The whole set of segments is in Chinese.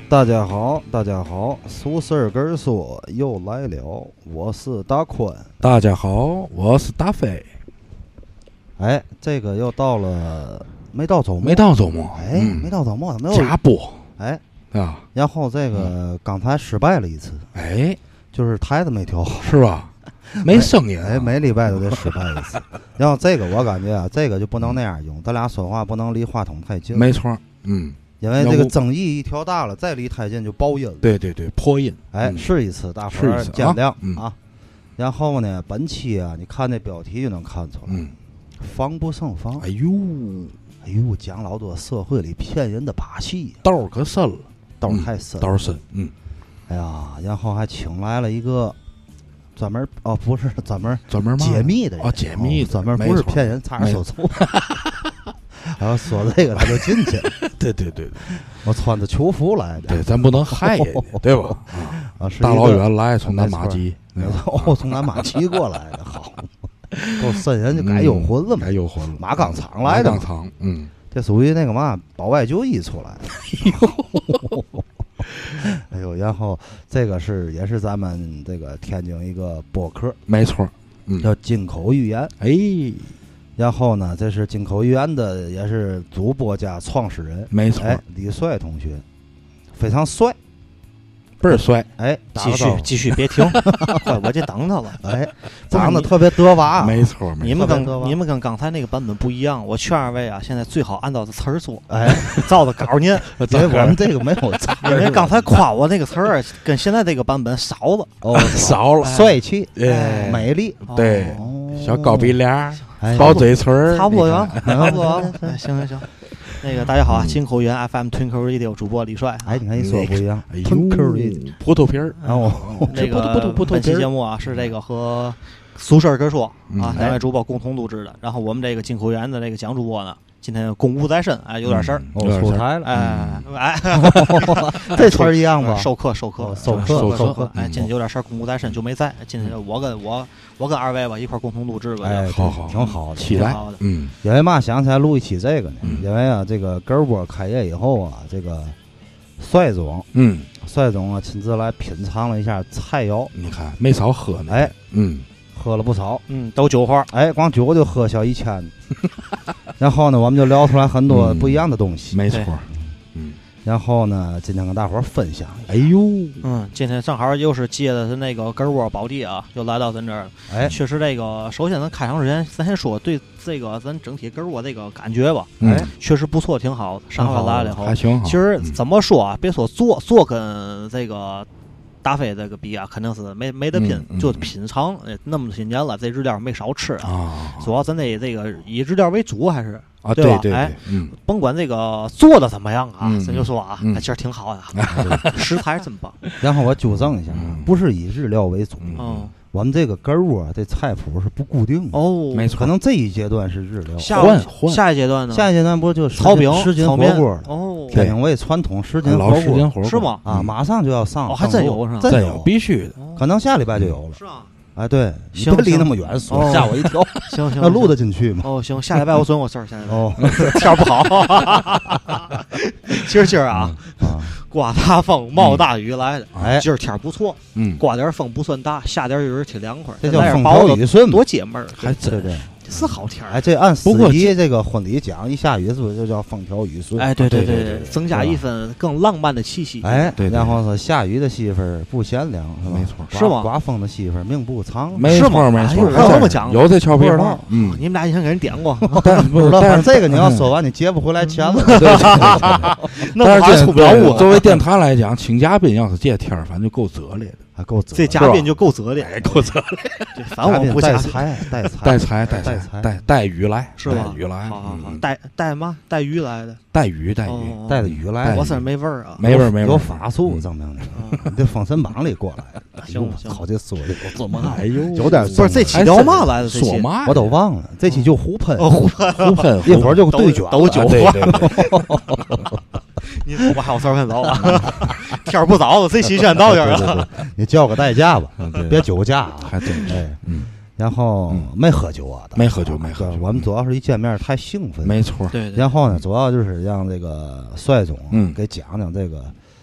大家好，大家好，俗事儿根说又来了，我是大宽。 大家好，我是大飞。 哎，这个又到了，没到周末， 没到周末， 没到周末，怎么又加播？ 哎啊， 然后这个刚才失败了一次， 哎， 就是台子没调好， 是吧？没声音、啊， 哎，每礼拜都得失败一次。然后这个我感觉啊，这个就不能那样用，咱俩说话不能离话筒太近。 没错， 因为这个增益一调大了，再离太近就爆音了。 对对对，破音。 哎，试一次，大伙儿见谅啊。然后呢，本期啊，你看那标题就能看出来，防不胜防。 哎呦， 讲老多社会里骗人的把戏， 道可深了， 道太深， 道深。 哎呀，然后还请来了一个专门不是专门解密的人解密专门不是骗人，差点说错。然后说这个他就进去了。 对对对对， 我穿着囚服来的。 对，咱不能害人家，对吧？ 是大老远来，从南马基， 从南马基过来的，好，够瘆人，就该有魂了嘛， 该有魂了。 马岗厂来的， 马岗厂， 这属于那个嘛，保外就医出来的。哎呦，然后这个也是咱们这个天津一个播客， 没错， 叫金口玉言。 哎。 然后呢，这是金口玉言的，也是主播加创始人， 没错， 李帅同学，非常帅， 倍儿帅。 哎， 继续别停，快我这等他了。 哎，长得特别德娃， 没错。 你们跟刚才那个版本不一样，我劝二位啊，现在最好按照这词儿说， 哎， 照着稿念， 因为我们这个没有词儿， 因为刚才夸我那个词儿跟现在这个版本少了， 少了， 帅气，美丽， 对，小高鼻梁。薄嘴唇， 差不多了，差不多了。行。那个大家好啊，金口源 FM Twinkle Radio 主播李帅。 哎，你看你说不一样 ，Twinkle Radio 葡萄皮儿。 然后这个本期节目啊是这个和俗事儿哥说啊两位主播共同录制的。然后我们这个金口源的这个蒋主播呢，今天公务在身，哎，有点事儿， 出差了， 哎， 这词儿一样吧？ 授课，哎，今天有点事儿，公务在身就没在。今天我跟二位吧一块共同录制吧， 哎， 好， 挺好的， 期待。 因为嘛想起来录一期这个呢，因为啊，这个根波开业以后啊，这个帅总啊亲自来品尝了一下菜肴， 你看没少喝呢， 哎，喝了不少， 都酒花， 哎，光酒就喝小1000，然后呢，我们就聊出来很多不一样的东西， 没错， 然后呢，今天跟大伙儿分享。 哎呦， 今天正好又是接的是那个根窝宝地啊，又来到咱这儿了。 哎， 确实这个，首先咱开场之前，咱先说对这个咱整体根窝这个感觉吧。 哎， 确实不错，挺好的。上回来了以后， 还行。 其实怎么说啊，别说做跟这个大飞这个比啊，肯定是没得拼，就品尝那么些年了，这日料没少吃啊。主要咱这个以日料为主还是。 啊， 对吧？ 对， 哎，甭管这个做的怎么样啊，咱就说啊，其实挺好的，食材真棒。 然后我纠正一下，不是以日料为主，我们这个根窝这菜谱是不固定的哦， 没错， 可能这一阶段是日料， 下一阶段呢？ 下一阶段不就炒饼、 什锦火锅哦， 天津卫传统什锦火锅是吗？ 啊，马上就要上， 还真有是吧？ 真有， 必须的， 可能下礼拜就有了， 是吗？ 哎，对，你别离那么远说，吓我一跳。 行， 要录得进去吗？ 哦，行，下礼拜我准我事儿，下礼拜哦， 天儿不好。今儿啊，刮大风冒大雨来的， 哎， 今儿天儿不错，刮点风不算大，下点雨挺凉快， 这叫风调雨顺， 多解闷儿， 还真对。 是好天儿， 哎，这按司仪这个婚礼讲，一下雨是不是就叫风调雨顺？ 哎，对，增加一分更浪漫的气息。 哎，然后说下雨的媳妇儿不贤良， 没错， 是吗？ 刮风的媳妇儿命不长， 没错， 这么讲， 有这俏皮话。 你们俩以前给人点过， 但是这个你要说完，你接不回来钱了。 那还出不了屋。 作为电台来讲，请嘉宾要是借天儿，反正就够责烈的。 还够责， 这嘉宾就够责烈， 够责烈。 反正我不加带雨来， 是吧？ 雨来， 好，带嘛？带鱼来的， 带雨带的雨来。 我这没味儿啊， 没味儿， 有法术证明你这《封神榜》里过来的。 行， 好这说的，我做嘛？ 哎呦， 有点不是这期聊嘛来的？ 说嘛？ 我都忘了，这期就胡喷， 胡喷， 一会儿就对卷， 都酒对。 我还有事儿跟走啊，天儿不早了，这期先到这儿了。 你叫个代驾吧，别酒驾啊， 还真是。 然后没喝酒啊， 没喝酒。 我们主要是一见面太兴奋， 没错。 对。 然后呢，主要就是让这个帅总给讲讲这个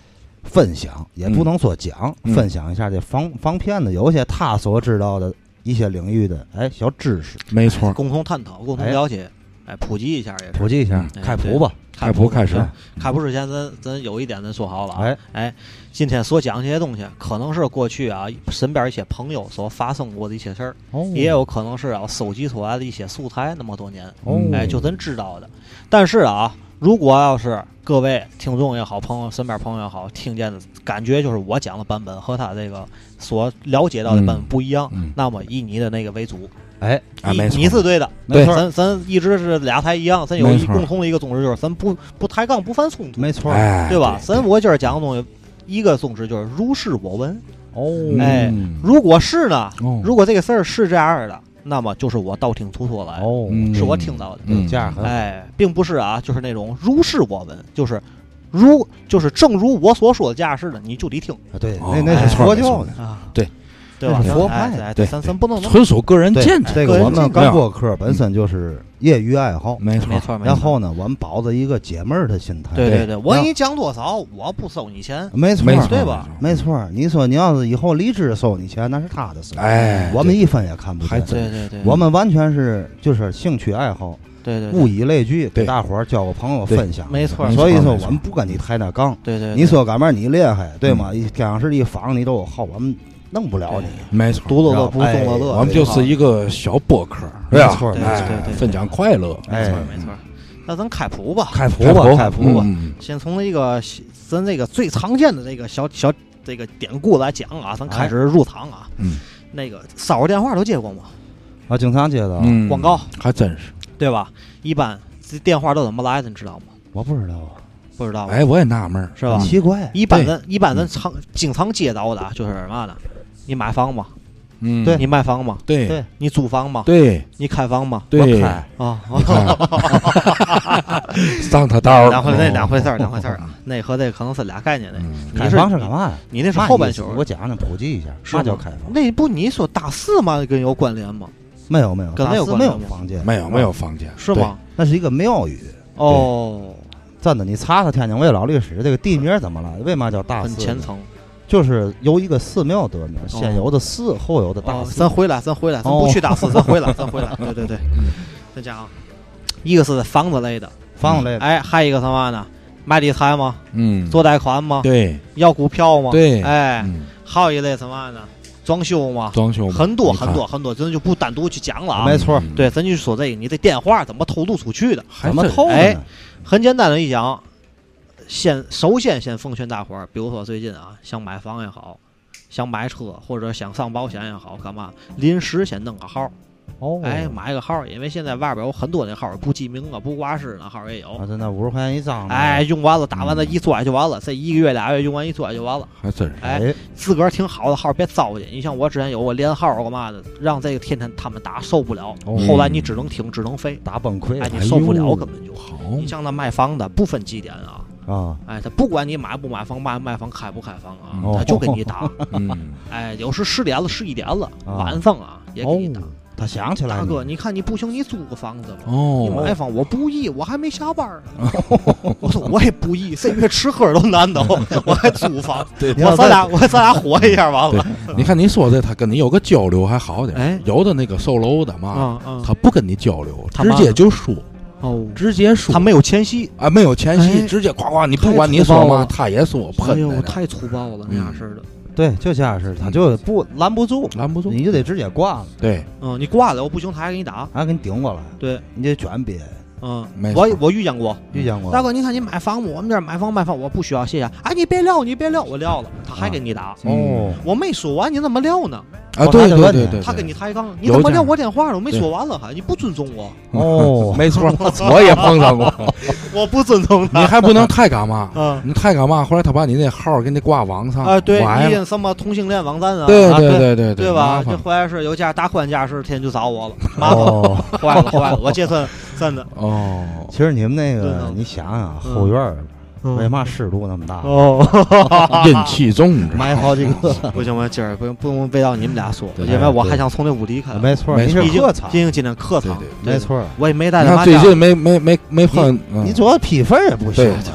分享，也不能说讲，分享一下这方面的有些他所知道的一些领域的小知识， 没错， 共同探讨，共同了解，普及一下也是， 普及一下，开谱吧， 开谱开始。 开谱之前咱有一点咱说好了，今天所讲这些东西，可能是过去啊身边一些朋友所发生过的一些事儿，也有可能是收集出来的一些素材，那么多年，就咱知道的。但是啊，如果要是各位听众也好，朋友身边朋友也好，听见的感觉就是我讲的版本和他这个所了解到的版本不一样，那么以你的那个为主。你是对的， 对， 咱一直是俩台一样，咱有一共同的一个宗旨，就是咱不抬杠，不犯冲突， 没错， 对吧？我今儿讲的东西，一个宗旨就是如是我闻。如果是呢，如果这个事儿是这样的，那么就是我道听途说来，是我听到的， 这样很好， 并不是啊，就是那种如是我闻，就是正如我所说的这样似的，你就得听。 对，那是佛教的啊， 对。 对吧？ 佛派， 对，咱不能纯属个人见解。 这个我们干播客本身就是业余爱好， 没错。 然后呢，我们保着一个解闷儿的心态。 对，我给你讲多少，我不收你钱， 没错， 对吧？ 没错。你说你要是以后离职收你钱，那是他的事。我们一分也看不见。 对， 我们完全是就是兴趣爱好。 对， 物以类聚，给大伙儿交个朋友分享， 没错。 所以说我们不跟你抬那杠。 对， 你说干嘛你厉害，对吗？天上是一仿你都有好，我们弄不了你。 没错， 独乐乐不众乐乐， 我们就是一个小播客， 没错， 对， 分享快乐， 没错。那咱开谱吧， 开谱吧。 先从一个咱这个最常见的这个小这个典故来讲啊，咱开始入场啊。那个骚扰电话都接过吗？ 啊，经常接到广告， 还真是。 对吧？一般这电话都怎么来的，你知道吗？ 我不知道啊， 不知道。 我也纳闷， 是吧？ 奇怪。 一般咱经常接到的就是什么呢？你买房吗？ 对。 你卖房吗？ 对。 你租房吗？ 对。 你开房吗？ 对。 开啊。 上他道两回事儿啊。那和这可能是俩概念的。 开房是干嘛呀？ 你那是后半宿。 我讲讲普及一下，啥叫开房？ 那不你说大四吗？跟有关联吗？ 没有， 跟那有关联。没有房间， 没有房间， 是吗？ 那是一个庙宇哦。 真的，你查查天津卫老历史，这个地名怎么了？为嘛叫大寺？ 很虔诚， 就是由一个寺庙得名，先有的寺，后有的大寺。 咱回来，咱不去大寺，咱回来。对。再讲，一个是房子类的，还有一个什么呢？卖理财吗？做贷款吗？ 对。 要股票吗？ 对。 还有一类什么呢？装修嘛，很多，咱就不单独去讲了啊。 没错， 对，咱就说这个，你这电话怎么透露出去的？ 怎么透？ 很简单的一讲，首先奉劝大伙儿，比如说最近啊，想买房也好，想买车或者想上保险也好，干嘛临时先弄个号。买个号，因为现在外边有很多那号不记名啊，不挂失那号也有。 真的50块钱一张。 用完了打完了一拽就完了，这1个月2月用完一拽就完了。 还真是。 自个儿挺好的号别糟践。你像我之前有个连号干嘛的，让这个天天他们打受不了。后来你只能听，只能飞， 打崩溃。 你受不了根本就。你像那卖房的不分几点啊。他不管你买不买房，卖房开不开房啊，他就给你打。有时10点了11点了，晚上啊也给你打。 他想起来， 大哥，你看你不行，你租个房子吧。你买房我不易，我还没下班呢。我说我也不易，这月吃喝都难的，我还租房。我咱俩火一下完了。 你看你说这，他跟你有个交流还好点。有的那个售楼的嘛，他不跟你交流，直接就说。直接说。 他没有前戏啊，没有前戏，直接夸夸，你不管你说嘛，他也说。 哎呦，太粗暴了那样式的。 对，就这样式，他就不拦不住，你就得直接挂了。 对， 你挂了，我不行，他还给你打， 还给你顶过来。 对， 你得卷别。 我遇见过。大哥，你看你买房我们这儿买房，我不需要，谢谢。你别撂，我撂了，他还给你打。我没说完，你怎么撂呢？ 对， 他跟你抬杠，你怎么撂我电话了？我没说完了，还你不尊重我。 没错，我也碰上过。 我不尊重他， 你还不能太干嘛？你太干嘛？后来他把你那号给你挂网上。 对，你什么同性恋网站啊？ 对吧？这回来是有大宽家是天天就找我了，麻烦坏了，我这算真的。 其实你们那个，你想想后院。为嘛湿度那么大？ 阴气重， 埋好几个。 不行，我今儿不用背到你们俩说，因为我还想从那屋离开。 没错， 毕竟今天客场， 没错。 我也没带。 最近没碰。 你主要批分也不行。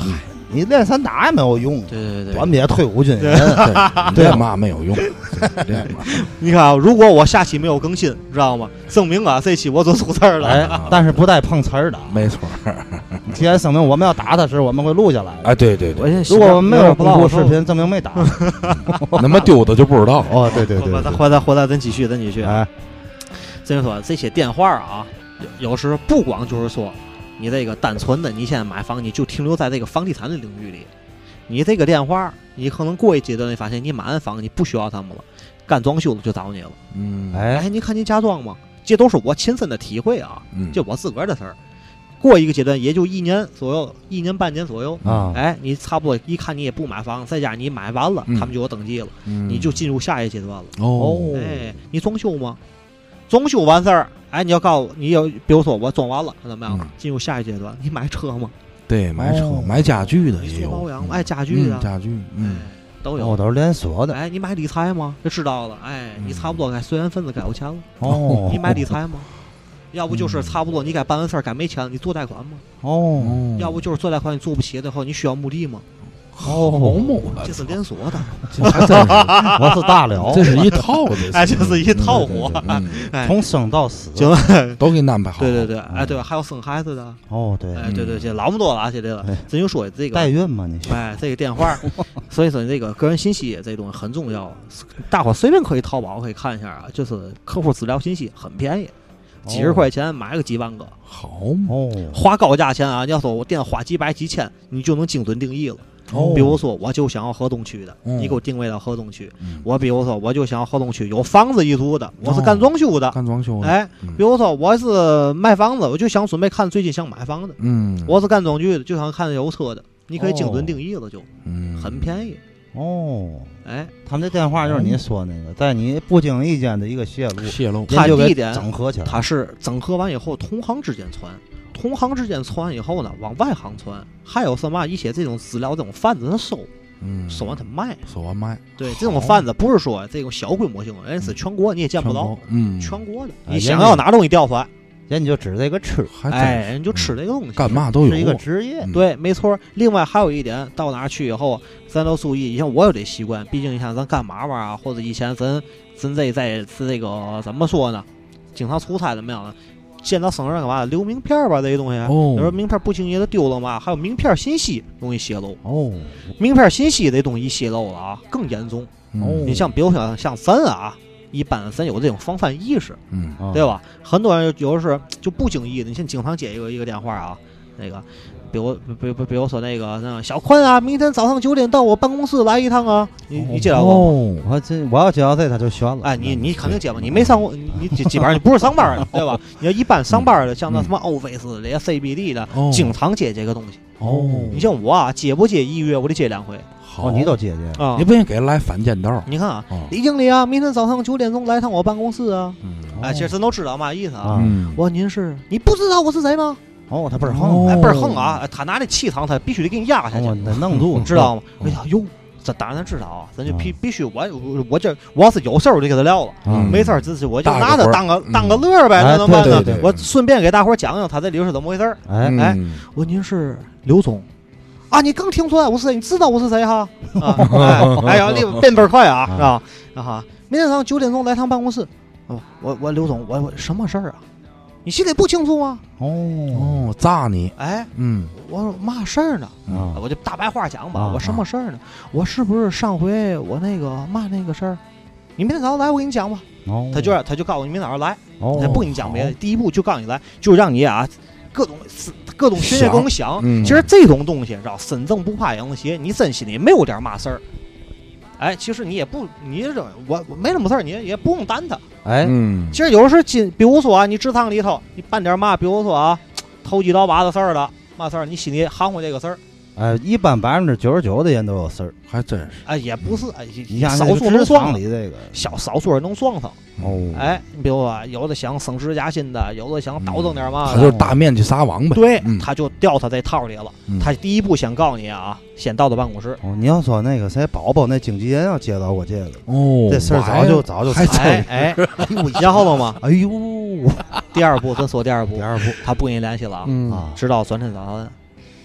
你练散打也没有用， 对， 短别退伍军人， 对嘛没有用。 你看啊，如果我下期没有更新，知道吗？证明啊，这期我做出词儿了。 哎，但是不带碰瓷儿的， 没错。 既然声明我们要打他时，我们会录下来。 哎，对， 如果我们没有公布视频，证明没打。 那么丢的就不知道。 哦，对， 回来，咱继续。 哎， 这说这些电话啊，有时不光就是说你这个单纯的，你现在买房你就停留在这个房地产的领域里，你这个电话，你可能过一阶段你发现你买完房你不需要他们了，干装修的就找你了。哎，你看你家装吗？这都是我亲身的体会啊，就我自个儿的事儿。过一个阶段也就1年左右，1年半年左右啊。 哎，你差不多一看你也不买房，在家你买完了，他们就有登记了，你就进入下一阶段了。哎，你装修吗？装修完事儿，哎，你要告诉你有，比如说我装完了怎么样？进入下一阶段，你买车吗？ 对，买车、买家具的也有， 保养，哎，家具的， 家具， 都有， 都是连锁的。 哎，你买理财吗？就知道了。哎，你差不多该随缘分子该有钱了。 哦， 你买理财吗？要不就是差不多你该办完事儿该没钱了，你做贷款吗？ 哦， 要不就是做贷款你做不起的话，你需要墓地吗？这是连锁的， 我是大了， 这是一套的， 哎，这是一套货， 从生到死都给你安排好。 对，哎，对，还有生孩子的。 哦，对， 哎，对，这老么多了，这个，咱就说这个代孕嘛，你哎，这个电话，所以说这个个人信息这东西很重要，大伙随便可以淘宝可以看一下啊，就是客户资料信息很便宜。几十块钱买个几万个， 好花高价钱啊！要说我店花几百几千，你就能精准定义了。比如说，我就想要河东区的，你给我定位到河东区。我比如说，我就想要河东区有房子一族的，我是干装修的。哎，比如说我是卖房子，我就想准备看最近想买房的。我是干装具的，就想看有车的，你可以精准定义了，就很便宜。哎， 他们这电话就是你说那个，在你不经意间的一个泄露， 它地点整合起来， 它是整合完以后，同行之间传，同行之间传完以后呢，往外行传，还有什么一些这种资料，这种贩子他收完他卖，对，这种贩子不是说这种小规模性，人家是全国你也见不到，全国的，你想要哪东西调出来。 人就指这个吃， 哎，人就吃这个东西， 干嘛都有， 是一个职业。 对，没错。另外还有一点，到哪去以后，咱都注意。以前我有这习惯，毕竟你像咱干嘛玩啊，或者以前咱在这个怎么说呢？经常出差怎么样呢？见到生人干嘛？留名片吧，这些东西。有时候名片不经意的丢了嘛，还有名片信息容易泄露。名片信息这东西泄露了啊，更严重。你像比如说像咱啊。一般咱有这种防范意识，对吧？很多人有的是就不经意的，你像经常接一个电话啊，那个，比如说那个小坤啊，明天早上9点到我办公室来一趟啊，你接到过吗？ 我要接到这他就悬了。 哎，你肯定接吧？你没上过，你基本上你不是上班的，对吧？你要一般上班的，像那什么 Office 的、CBD 的，经常接这个东西。你像我啊，接不接1月我得接2回。 你都接啊？ 你不应该来反间道。 你看啊，李经理啊，明天早上9点钟来趟我办公室啊。哎，其实咱都知道嘛意思啊。我说您是，你不知道我是谁吗？ 他倍儿横， 哎，倍儿横啊！他拿那气场，他必须得给你压下去， 弄住， 知道吗？哎呀，哟，这当然知道啊，咱就必须我要是有事儿我就给他撂了，没事儿我就拿他当个乐呗，那怎么办呢？我顺便给大伙讲讲他这里是怎么回事儿。哎，我说您是刘总。啊！你刚听出来我是谁？你知道我是谁哈？哎呀，你变倍儿快啊，是吧？哈，明天早上9点钟来趟办公室。我刘总，我什么事儿啊？你心里不清楚吗？ 炸你！ 哎，我说嘛事儿呢？我就大白话讲吧。我什么事儿呢？我是不是上回我那个嘛那个事儿？你明天早上来，我给你讲吧。他就告诉你明天早上来，他不给你讲别的，第一步就告诉你来，就让你啊。各种学业各种想，其实这种东西知道，身正不怕影子斜，你真心里没有点嘛事儿，哎，其实你也不，我没什么事儿，你也不用担它， 哎， 其实有时比如说啊，你职场里头你办点嘛，比如说啊，投机倒把的事儿了，嘛事儿，你心里含糊这个事儿。 哎，一般99%的人都有事儿， 还真是。 哎，也不是，哎， 你像少数能撞里这个， 少数人能撞上。哎，你比如说，有的想升职加薪的，有的想倒腾点嘛， 他就是大面积撒网呗。 对，他就掉他这套里了。他第一步先告诉你啊，先到办公室。 你要说那个谁宝宝那经纪人要接到过这个，这事儿早就哎，然后了吗？ 哎呦， 第二步，咱说第二步，他不跟你联系了啊，直到转天早上。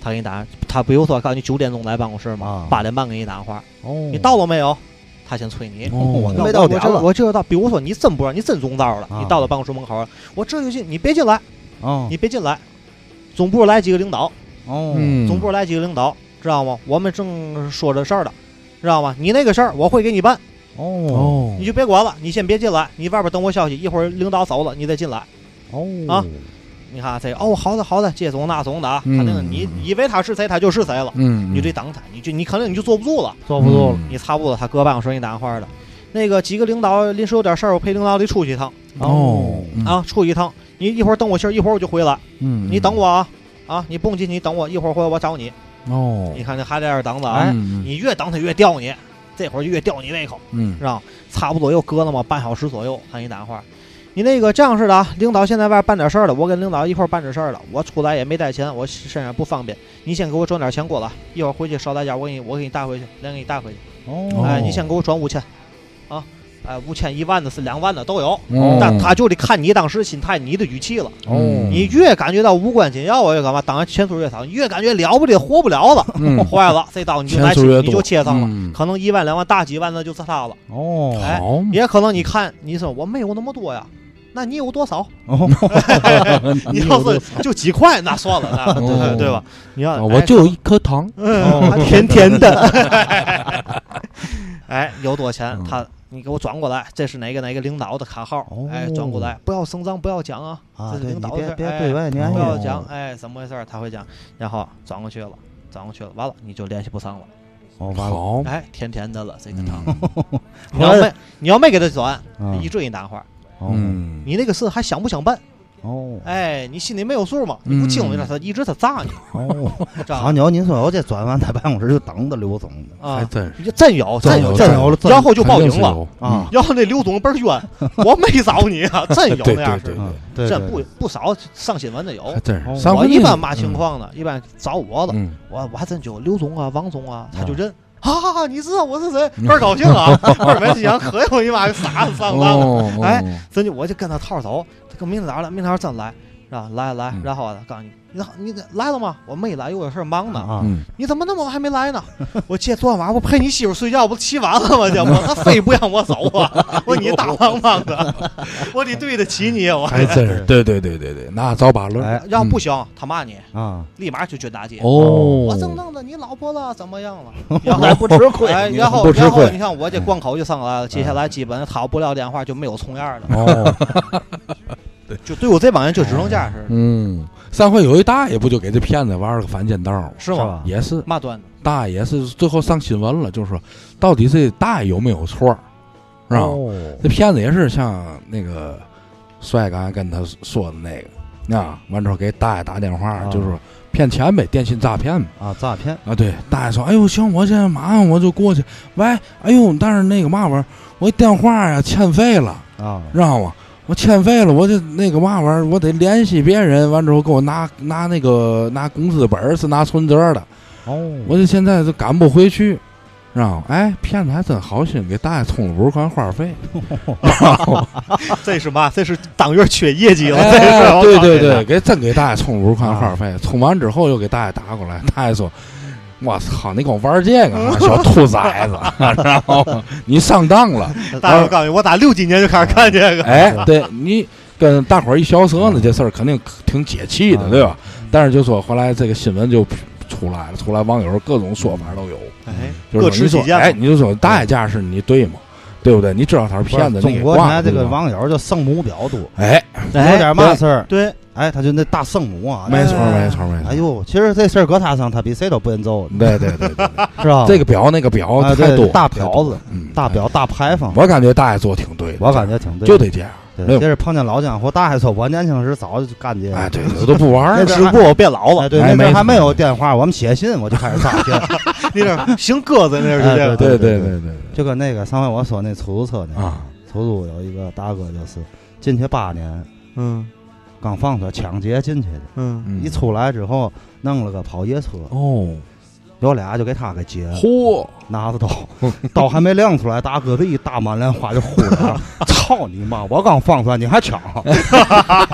他给你打，他比如说告诉你9点钟来办公室嘛，8点半给你打电话，你到了没有？他先催你， 我没到点了， 我知道。比如说你真不知道，你真中道了，你到了办公室门口，我这就进，你别进来，你别进来，总部来几个领导，总部来几个领导，知道吗？我们正说这事儿的，知道吗？你那个事儿我会给你办，你就别管了，你先别进来，你外边等我消息，一会儿领导走了，你再进来，你看这个好的，这种那种的，肯定你以为他是谁，他就是谁了，你得等他，你肯定你就坐不住了，你差不多他搁办公室给你打电话的，那个几个领导临时有点事儿，我陪领导得出去一趟，出去一趟，你一会儿等我信儿，一会儿我就回来，你等我啊，你不用进去，你等我，一会儿回来我找你，你看这还在这等着，你越等他越吊你，这会儿就越吊你胃口，是吧？差不多又隔了嘛半小时左右，他给你打电话。你那个这样式的啊，领导现在外办点事儿了，我跟领导一块儿办这事儿了，我出来也没带钱，我身上不方便，你先给我转点钱过来，一会儿回去捎带件，我给你带回去，连给你带回去。你先给我转5000，啊，5000、1万的是2万的都有，但他就得看你当时心态，你的语气了。你越感觉到无关紧要，我就干嘛？当然钱数越少，你越感觉了不得，活不了了，坏了，这刀你就来你就切上了，可能1万2万大几万的就是他了。也可能你看你说我没有那么多呀。那你有多少？你要是就几块，那算了，那对吧？你要我就有1颗糖， 甜甜的。有多钱？你给我转过来，这是哪个领导的卡号？转过来，不要声张，不要讲啊！这是领导的， 别对外联系， 不要讲，怎么回事？他会讲，然后转过去了，完了你就联系不上了。 好， 甜甜的了，这个糖。你要没给他转，一直给你打电话。你那个事还想不想办？你心里没有数吗？你不清楚他一直他炸你。 好，您说我这转完在办公室就等着刘总还真有，然后就报警了啊！然后那刘总倍儿冤，我没找你啊，真有那样式的，真不少上新闻的有。我一般嘛情况呢，一般找我了，我还真就刘总啊、王总啊，他就认。你知道我是谁？倍儿高兴啊！倍儿没想，可有你妈个傻子上当了！真就我就跟他套走，他跟明天早真来，是吧？来，然后告诉你来了吗？我没来，有点事忙呢。你怎么那么晚还没来呢？我昨天晚上我陪你媳妇睡觉，不起晚了吗？这不，他非不让我走啊！我你大方方的，我得对得起你。我还真是，对，那找把乐。 要不行，他骂你立马就捐大街。我正弄着你老婆了，怎么样了？然后不吃亏， 然后你看我这关口就上来了，接下来基本掏不了电话就没有重样的。就对我这帮人就只能这样似的。 上回有一大爷不就给这骗子玩了个反间道是吗？ 也是嘛端的大爷是最后上新闻了，就是说到底这大爷有没有错，是吧？这骗子也是像那个帅刚才跟他说的那个完之后给大爷打电话，就是说骗钱呗，电信诈骗嘛诈骗对，大爷说哎呦行，我现在马上我就过去，喂，哎呦，但是那个嘛玩意儿，我电话呀欠费了知道吗？我欠费了，我就那个嘛玩意儿，我得联系别人，完之后给我拿工资本是拿存折的，我就现在就赶不回去，知道吗？骗子还真好心，给大爷充了50块话费， 这是嘛？这是当月缺业绩了， 对，给大爷充50块话费，充完之后又给大爷打过来，大爷说。我操！你跟我玩这个，小兔崽子，然后你上当了。 大伙告诉你，我打60几年就开始看这个。 对你跟大伙儿一小舌呢，这事儿肯定挺解气的，对吧？但是就说后来这个新闻就出来网友各种说法都有。就是你说，你就说大爷架势你对吗？对不对？你知道他是骗子， 中国现在这个网友就圣母婊多， 有点嘛事儿， 对， 他就那大圣母啊， 没错。 哎呦，其实这事儿搁他上，他比谁都不认揍， 对， 是吧？ 这个表那个表太多， 大婊子，大表大牌坊， 我感觉大爷做挺对， 我感觉挺对， 就得这样。 这是碰见老江湖大爷说，我年轻时早就干这个， 对，我都不玩了， 只不过我变老了， 对，那阵还没有电话，我们写信我就开始诈骗， 那阵行鸽子那是这样， 对，就跟那个上回我说那出租车那出租有一个大哥就是进去8年，刚放出来抢劫进去的，一出来之后弄了个跑野车，有俩就给他给劫了，拿着刀还没亮出来，大哥这一大满脸花就呼了，操你妈！我刚放出来你还抢，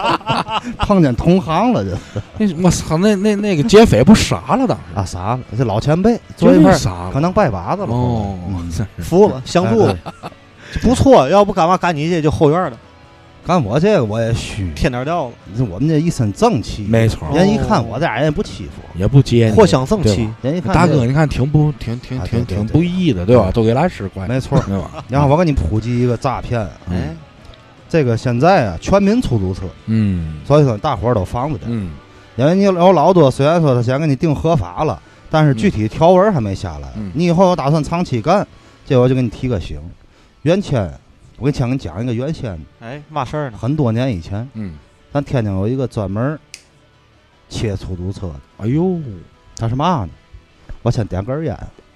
碰见同行了， 这我操，那个劫匪不傻了当时啊，傻了，这老前辈做一份可能拜把子了， 哦， 服了，相助了，不错，要不干嘛干你这就后院的。 干我这个我也虚， 添点料了。 我们这一身正气， 没错。 人一看我这人也不欺负， 也不接， 藿香正气。 人一看大哥，你看挺不易的，对吧？都给来10块， 没错， 对吧？ 然后我给你普及一个诈骗，哎，这个现在啊，全民出租车，所以说大伙儿都防着点，因为你有老多虽然说他先给你定合法了，但是具体条文还没下来，你以后有打算长期干，这我就给你提个醒，原签。我给你讲一个原先， 哎，嘛事儿呢？ 很多年以前，咱天津有一个专门切出租车的。 哎呦， 他是嘛呢？我先点根烟。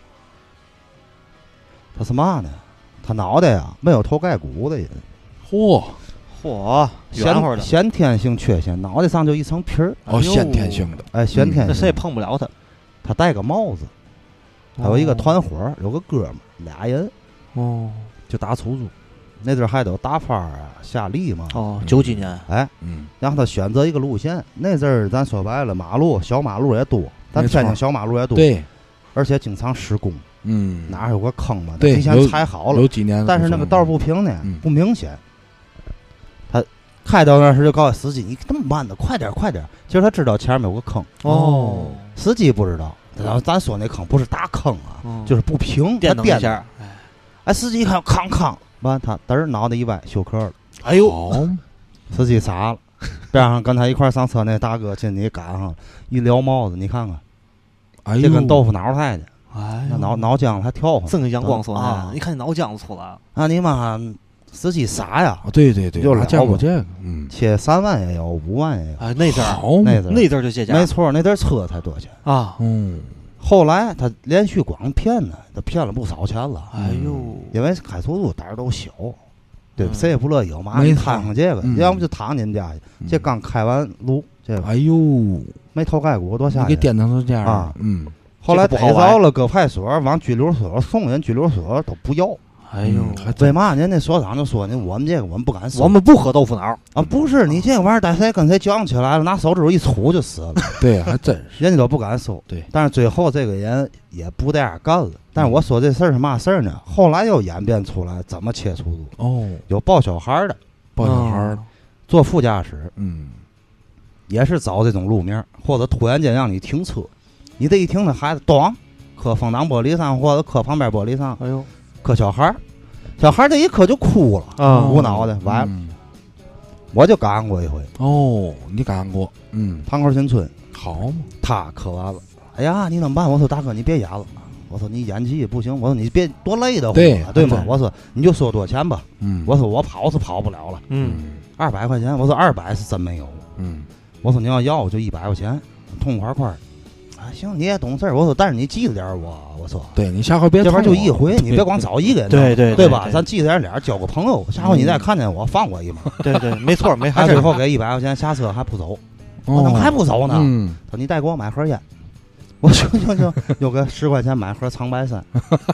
他是嘛呢？他脑袋呀没有头盖骨的人。 嚯， 圆乎的。 先天性缺陷，脑袋上就一层皮儿。 哦，先天性的。 哎，先天性。 那谁也碰不了他。 他戴个帽子，还有一个团伙，有个哥们儿，2人。 哦， 就打出租。那阵还都大发啊下力嘛。 哦，90几年。 哎，然后他选择一个路线。那阵儿咱说白了，小马路也多，咱天津小马路也多。 对， 而且经常施工。哪有个坑嘛？ 对， 提前踩好了。 有几年。 但是那个道不平呢，不明显。他开到那时就告诉司机：“你这么慢的，快点，快点！”其实他知道前面有个坑。 哦。 司机不知道，咱说那坑不是大坑啊，就是不平， 颠一下。 哎，司机一看，康。完，他嘚儿脑袋一歪，休克了。 哎呦， 司机傻了。边上跟他一块上车那大哥进去赶上，一撩帽子，你看看， 哎呦， 这跟豆腐脑太监， 哎， 脑浆还跳晃， 这个阳光说啊，你看你脑浆出来了。 啊，你妈，司机傻呀！ 对， 就了过这个， 切3万也有，5万也有。 哎，那阵儿就这价， 没错，那阵儿车才多钱啊。 后来他连续光骗呢，他骗了不少钱了。 哎呦， 因为开出租胆儿都小，对，谁也不乐意有嘛。你看看这个，要不就躺你们家去。这刚开完炉，这个哎呦， 没头盖骨，多吓人！ 给颠成成这样啊！ 后来逮着了，搁派出所往拘留所送，人拘留所都不要。 哎呦， 为嘛人那所长就说呢？我们这个我们不敢收， 我们不喝豆腐脑啊！不是你这玩意儿，逮谁跟谁犟起来了，拿手指头一杵就死了。 对，还真是， 人家都不敢收。 对， 但是最后这个人也不这样干了。但是我说这事儿是嘛事儿呢？后来又演变出来怎么切出租。 哦， 有抱小孩的， 抱小孩坐副驾驶，也是找这种路面，或者突然间让你停车，你这一停，那孩子咚，磕风挡玻璃上，或者磕旁边玻璃上， 哎呦， 磕小孩这一磕就哭了，无脑的完了。我就赶过一回。 哦，你赶过？ 塘口新村好嘛？ 他磕完了，哎呀，你怎么办？我说大哥，你别演了。我说你演技不行。我说你别多累的慌，对吗？我说你就说多少钱吧。我说我跑是跑不了了。200块钱。我说200是真没有。我说你要我就100块钱，痛快快。啊，行，你也懂事儿。我说但是你记着点我。我说对你下回别这边就一回，你别光找一个人。对吧？咱记着点脸，交个朋友。下回你再看见我，放我一马。 对，没错，没他最后给100块钱下车还不走。我怎么还不走呢？说你再给我买盒烟。我行，有个10块钱买盒长白山。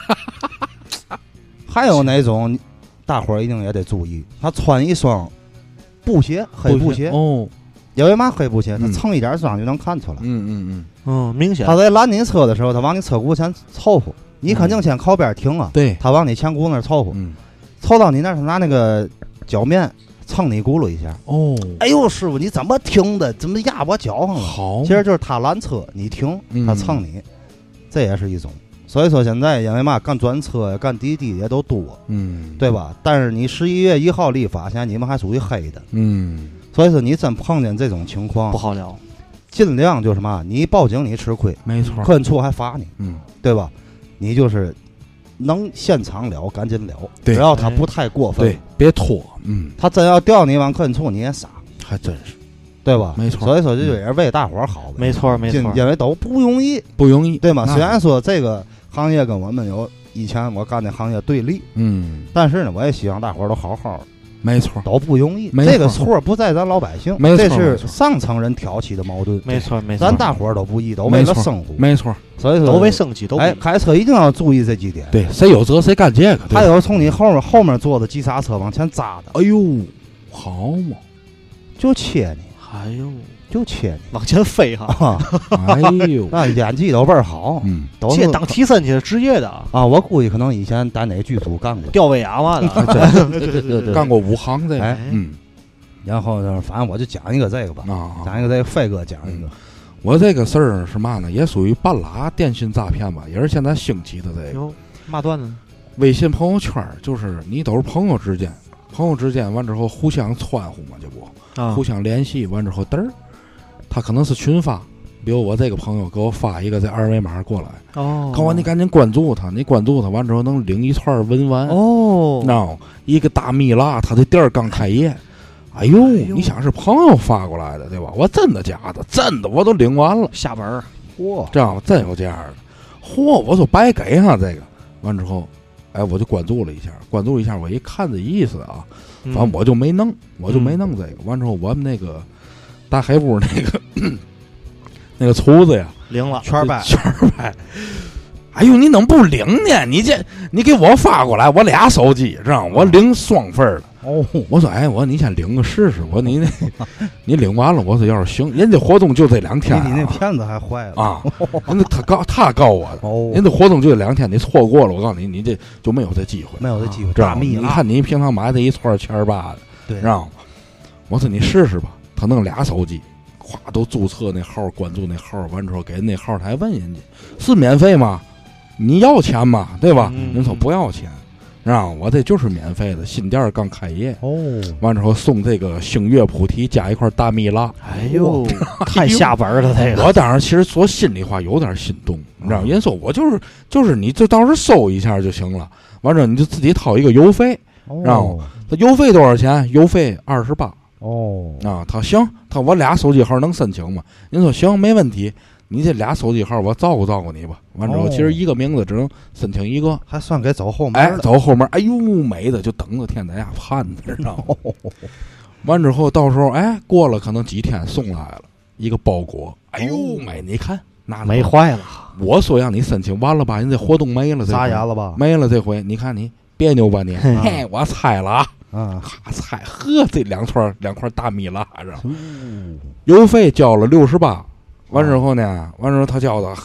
还有那种大伙儿一定也得注意，他穿一双布鞋，黑布鞋。因为嘛黑布鞋，他蹭一点霜就能看出来。 明显。 他在拦你车的时候，他往你车轱前凑合，你肯定先靠边停啊。 对， 他往你前轱那凑合，凑到你那儿，他拿那个脚面蹭你轱辘一下。哎呦，师傅，你怎么停的？怎么压我脚上了？ 好， 其实就是他拦车，你停，他蹭你，这也是一种。所以说现在因为嘛，干专车、干滴滴也都多，对吧？但是你11月1号立法，现在你们还属于黑的，所以说你真碰见这种情况不好聊， 尽量就是嘛，你报警你吃亏， 没错， 客运处还罚你，对吧？你就是能现场了，赶紧了，只要他不太过分， 对，别拖， 他真要调你往客运处，你也傻， 还真是。 对吧？ 没错， 所以说这就也是为大伙儿好的。 没错， 因为都不容易，对吗？虽然说这个行业跟我们有以前我干的行业对立，但是呢，我也希望大伙儿都好好的。 没错， 都不容易。这个错不在咱老百姓，这是上层人挑起的矛盾。 没错， 咱大伙儿都不易，都为了生活。 没错， 所以说都为生计，都开车一定要注意这几点。 对，谁有责谁干这个。 还有从你后面坐的急刹车往前扎的， 哎呦，好嘛， 就切你。 哎呦， 就切你往前飞哈！ 哎呦， 那演技都倍儿好，都这当替身去是职业的啊！我估计可能以前在哪个剧组干过， 吊威亚嘛的， 对，干过武行这个， 然后呢，反正我就讲一个这个吧，讲一个这个飞哥讲一个。 我这个事儿是嘛呢？也属于半拉电信诈骗吧，也是现在兴起的这个。 嘛段子？ 微信朋友圈就是你都是朋友之间完之后互相穿呼嘛，就不互相联系完之后嘚儿，他可能是群发，比如我这个朋友给我发一个这二维码过来，告诉我你赶紧关注他，你关注他完之后能领一串文玩一个大蜜蜡，他的店儿刚开业。哎呦，你想是朋友发过来的对吧？我真的假的？真的，我都领完了， 下本儿， 这样真有这样的，我说白给哈这个，完之后，哎，我就关注了一下，我一看这意思啊，反正我就没弄这个，完之后我们那个大黑屋那个厨子呀， 领了圈儿掰。哎呦，你能不领呢？你给我发过来，我俩手机，知道吗？我领双份的。我说，我说你先领个试试。我说你领完了，我说要是行，人家活动就这2天。 你那骗子还坏了啊！人家他告我的，人家活动就这2天，你错过了，我告诉你，你这就没有这机会， 没有这机会。 知道吗？你看你平常买这一串1,800的， 对， 知道吗？我说你试试吧，他弄俩手机。哗，都注册那号，关注那号，完之后给那号，他还问人家是免费吗？你要钱吗？对吧？人说不要钱，知道我这就是免费的，新店刚开业完之后送这个星月菩提加一块大蜜蜡。 哎呦，太下本了这个！ 我当然其实说心里话有点心动，你知道，人说我就是你就到时候收一下就行了，完之后你就自己掏一个邮费，知道吗？他邮费多少钱？邮费28。他行，我俩手机号能申请吗？您说行，没问题。你这俩手机号我照顾你吧。完之后，其实一个名字只能申请一个， 还算给走后门。 走后门，哎呦，美的就等着天在家盼着，知道吗？完之后，到时候过了可能几天送来了一个包裹，哎呦美，你看那没坏了。 我说让你申请完了吧，人这活动没了， 眨眼了吧？ 没了这回，你看你别扭吧你？嘿，我猜了猜这2块大蜜蜡，知道吗？邮费交了68。完之后呢，他交的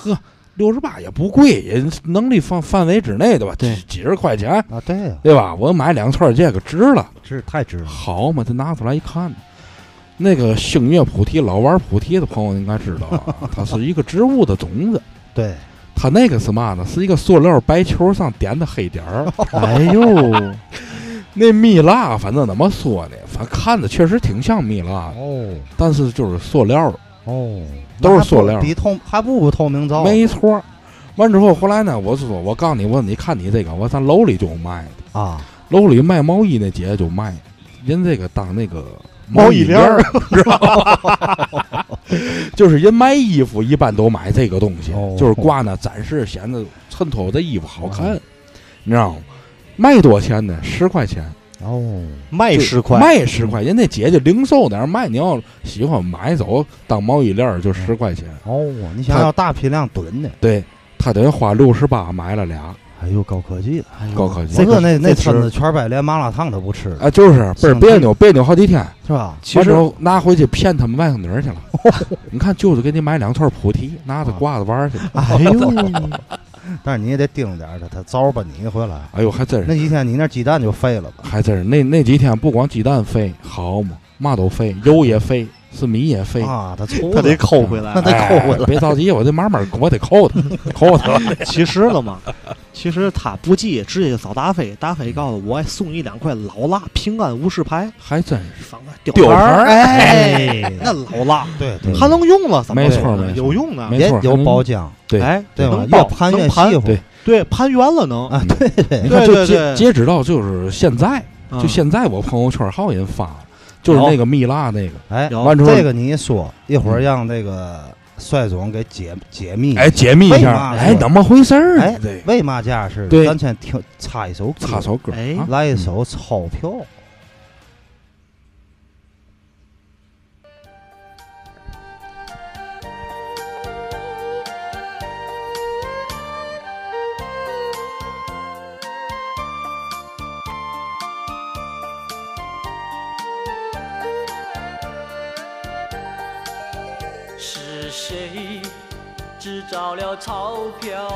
68也不贵，也能力范围之内的吧？ 对， 几十块钱啊，对呀， 对吧？我买2串这个值了， 太值了。 好嘛，这拿出来一看，那个星月菩提老玩菩提的朋友应该知道啊，它是一个植物的种子。 对， 它那个是嘛呢？是一个塑料白球上点的黑点儿。 哎呦， 那蜜蜡反正怎么说呢？反正看着确实挺像蜜蜡的但是就是塑料都是塑料， 还不如透明皂。 没错。完之后，后来呢，我说我告诉你，我说你看你这个，我咱楼里就有卖的啊， 楼里卖毛衣那姐就卖，人这个当那个毛衣链儿，知道吗？就是人买衣服一般都买这个东西，就是挂那展示，显得衬托这衣服好看，你知道吗？卖多少钱呢？10块钱。 卖10块， 人那姐姐零售那儿卖，你要喜欢买走当毛衣链就10块钱。 你想要大批量囤的， 对，他得花68买了俩。 哎呦，高科技了， 高科技！ 这个那村子圈儿连麻辣烫都不吃啊，就是倍儿别扭好几天， 是吧？ 其实拿回去骗他们外甥女去了。你看，就是给你买2串菩提，拿着挂着玩去。 哎呦！但是你也得盯着点他招吧你回来。 哎呦，还真是那几天你那鸡蛋就废了吧？ 还真是那几天不光鸡蛋废，好嘛，嘛都废，油也废，是米也废啊。 他得抠回来， 他得抠回来。 别着急，我这慢慢我得抠他，抠他。 其实了嘛，其实他不急，直接就找大飞。大飞告诉我，送你2块老蜡平安无事牌， 还真是放在吊牌。 哎， 那老蜡， 对， 还能用了， 没错， 有用的， 也有包浆。 对， 对吧？越盘越细乎， 对，盘圆了能啊，对， 你看就截止到就是现在，就现在我朋友圈好人发，就是那个蜜蜡那个，完之后这个你一说，一会儿让这个帅总给解密， 解密一下，怎么回事儿？ 为嘛这样是？咱先插一首歌，来一首钞票。 谁制造了钞票？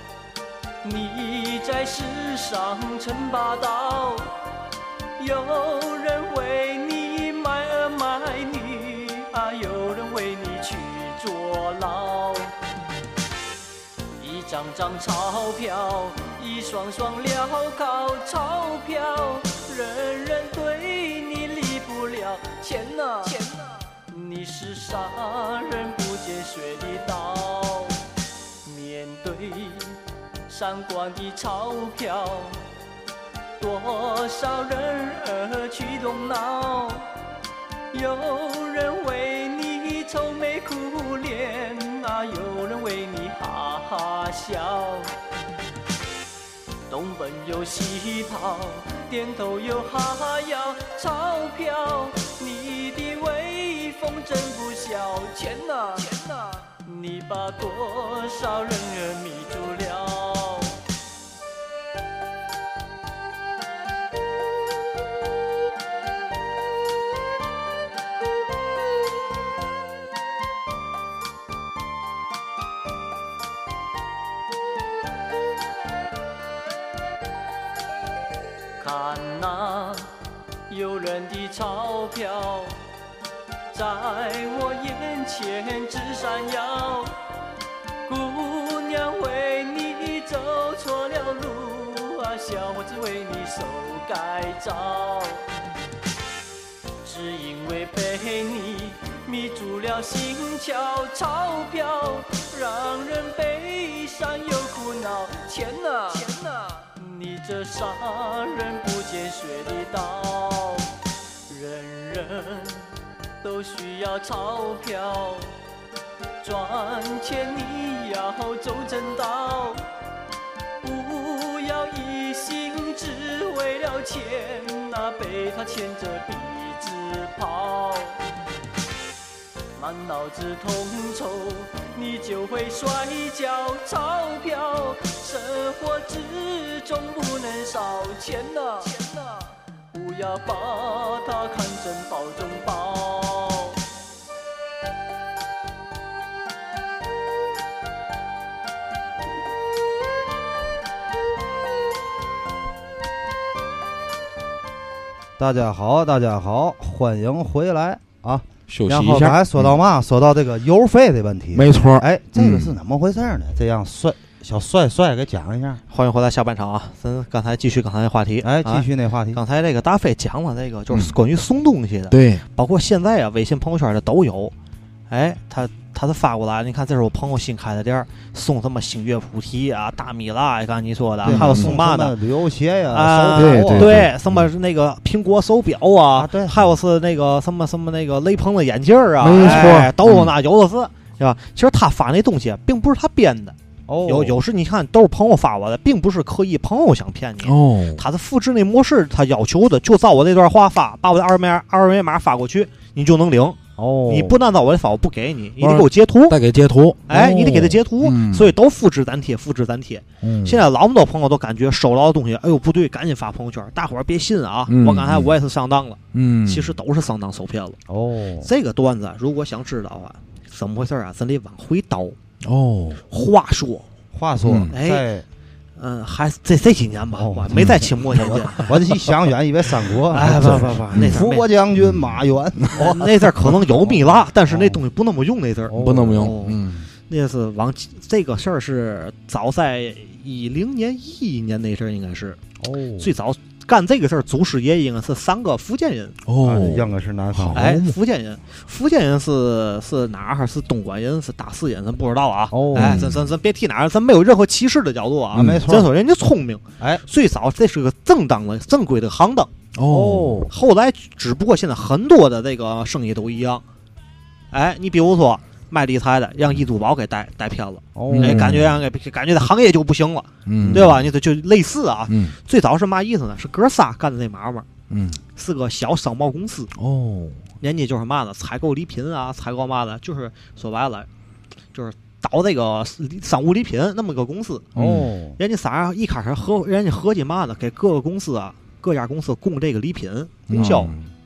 你在世上称霸道，有人为你卖儿卖女啊，有人为你去坐牢。一张张钞票，一双双镣铐，钞票人人对你离不了。钱啊钱啊，你是杀人不见血的刀。面对闪光的钞票，多少人儿去动脑，有人为你愁眉苦脸啊，有人为你哈哈笑。东奔又西跑，点头又哈腰，钞票你的威风真不小。钱啊钱啊，你把多少人儿迷住了。看那诱人的钞票在我眼前直闪耀，姑娘为你走错了路啊，小伙子为你受改造，只因为被你迷住了心窍，钞票让人悲伤又苦恼。钱啊钱啊，你这杀人不见血的刀，人人都需要钞票，赚钱你要走正道，不要一心只为了钱啊，被他牵着鼻子跑。满脑子痛愁，你就会摔跤。钞票生活之中不能少。钱啊钱啊，不要把它看成宝中宝。 大家好，大家好，欢迎回来啊！ 休息一下。 然后刚才说到嘛，说到这个邮费的问题， 没错。 哎，这个是怎么回事呢？这样小帅给讲一下。 欢迎回来下半场啊！咱刚才继续刚才的话题。 哎，继续那话题。 刚才这个大飞讲了这个，就是关于送东西的。 对， 包括现在啊，微信朋友圈的都有。哎，他是发过来，你看这是我朋友新开的店，送什么星月菩提啊、大米辣呀，刚才你说的，还有送嘛的旅游鞋呀、 啊，对，什么那个苹果手表啊， 对， 还有是那个什么那个雷朋的眼镜啊， 没错， 都有那有的是，是吧？其实他发那东西并不是他编的。有时你看都是朋友发我的，并不是刻意朋友想骗你。他的复制那模式，他要求的就照我这段话发，把我的二维码发过去，你就能领。你不按照我的发，我不给你，你得给我截图， 再给截图。 哎，你得给他截图，所以都复制粘贴，复制粘贴。现在老么多朋友都感觉收到的东西，哎呦不对，赶紧发朋友圈，大伙儿别信啊！我刚才我也是上当了，其实都是上当受骗了。这个段子如果想知道啊，怎么回事啊？咱得往回倒。话说，哎，还这几年吧，我没在清末年间， 我这一想远以为三国， 哎，不，那伏国将军马援， 那字可能有蜜蜡，但是那东西不那么用，那字不那么用。 那是往这个事儿是早在10年、11年那阵儿，应该是最早干这个事儿，祖师爷应该是3个福建人。 应该是南方。 哎，福建人是哪儿？是东莞人，是大四人，咱不知道啊。哎，咱别提哪儿，咱没有任何歧视的角度啊。 没错， 咱说人家聪明。哎，最早这是个正规的行当。后来只不过现在很多的这个生意都一样。哎，你比如说。卖理财的让易珠宝给带偏了，哎，感觉这行业就不行了，对吧？你就类似啊，最早是嘛意思呢？是哥仨干的那买卖，是个小商贸公司，人家就是嘛呢，采购礼品啊，采购嘛的，就是说白了，就是倒这个商务礼品那么个公司，人家仨一开始人家合计嘛呢，给各家公司供这个礼品供销。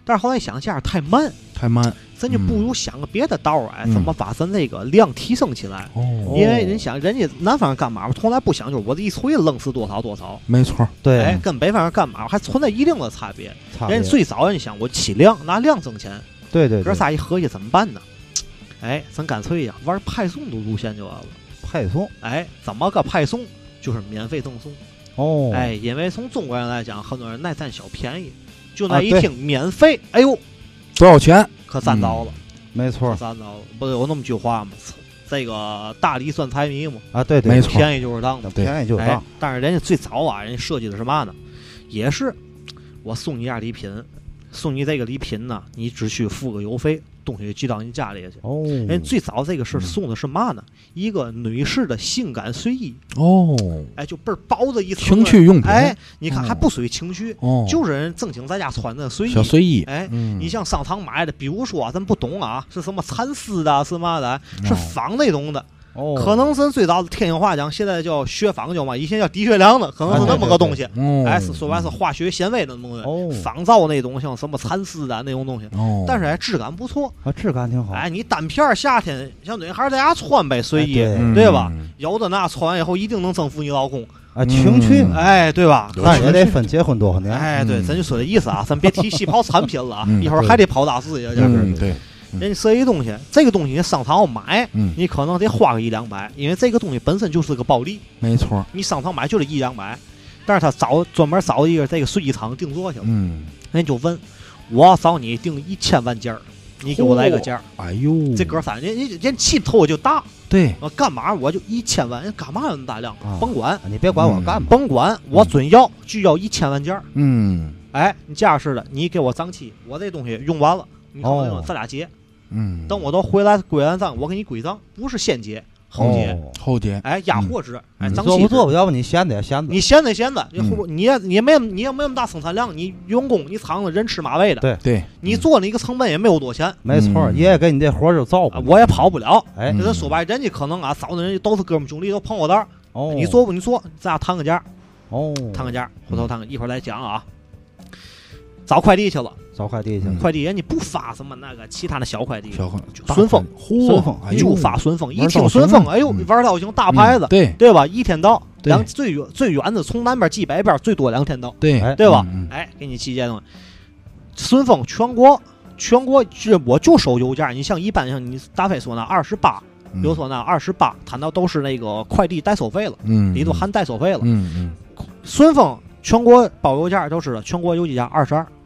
但是后来想这样太慢，咱就不如想个别的道儿，怎么把咱这个量提升起来？因为人想，人家南方人干嘛从来不想就是我这一锤愣死多少， 没错， 对， 跟北方人干嘛还存在一定的差别。人家最早人想我起量，拿量挣钱， 对， 哥仨一合计怎么办呢？咱干脆呀玩派送的路线就完了。 派送， 怎么个派送？就是免费赠送。因为从中国人来讲，很多人爱占小便宜，就那一听免费，哎呦， 多少钱？ 可占着了， 没错， 占着了。不是有那么句话吗？这个大礼算财迷嘛。 对， 没错， 便宜就是当的， 便宜就是当。 但是人家最早人家设计的是嘛呢？也是我送你一样礼品，送你这个礼品呢，你只需付个邮费，东西寄到你家里去。人最早这个是送的是嘛呢？一个女士的性感睡衣。就倍儿薄的一层情趣用品。 你看还不属于情趣，就是人正经在家穿的睡衣。 小睡衣。 你像商场买的，比如说咱不懂啊，是什么蚕丝的，是嘛的，是仿那种的。可能是最早的天津话讲，现在叫雪纺叫嘛，以前叫的确良的，可能是那么个东西。是说白是化学纤维的东西，仿造那种像什么蚕丝的那种东西。但是质感不错， 质感挺好。 你单片夏天像女孩在家穿呗睡衣，对吧？有的那穿完以后一定能征服你老公。 情趣， 对吧？ 但也得分结婚多少年。 对，咱就说这意思啊，咱别提细胞产品了，一会儿还得跑大事业。 对。 人家设计东西，这个东西你商场买，你可能得花个100-200，因为这个东西本身就是个暴利。 没错， 你商场买就得100-200，但是他专门找一个这个睡衣厂定做去了。人就问我找你订1000万件，你给我来个价。 哎呦， 这哥仨人气头就大。 对， 我干嘛我就1000万，人干嘛有那么大量？甭管， 你别管我干嘛， 甭管我准要，就要1000万件。你这样似的，你给我账期，我这东西用完了，你看我咱俩结。等我都回来归完账，我给你归账，不是现结，后结，压货制，账期做不做？要不你闲的， 你闲的，你也没那么大生产量，你员工你厂子人吃马喂的， 对， 你做那个成本也没有多钱， 没错，爷爷给你这活就造， 我也跑不了，这说白，人家可能找的人都是哥们兄弟，都朋友单，你做不你做，咱俩谈个价，谈个价，回头谈个，一会儿来讲啊。找快递去了，快递人家不发什么那个其他的小快递，顺丰，就发顺丰。一听顺丰，哎呦，玩到行大牌子，对吧？一天到，最远的从南边寄北边，最多2天到，对吧？给你寄这东西。顺丰全国我就收邮件，你像一般像你大飞说那28，比如说那28，谈到都是那个快递代收费了，里头含代收费了。顺丰全国包邮件都是全国邮寄价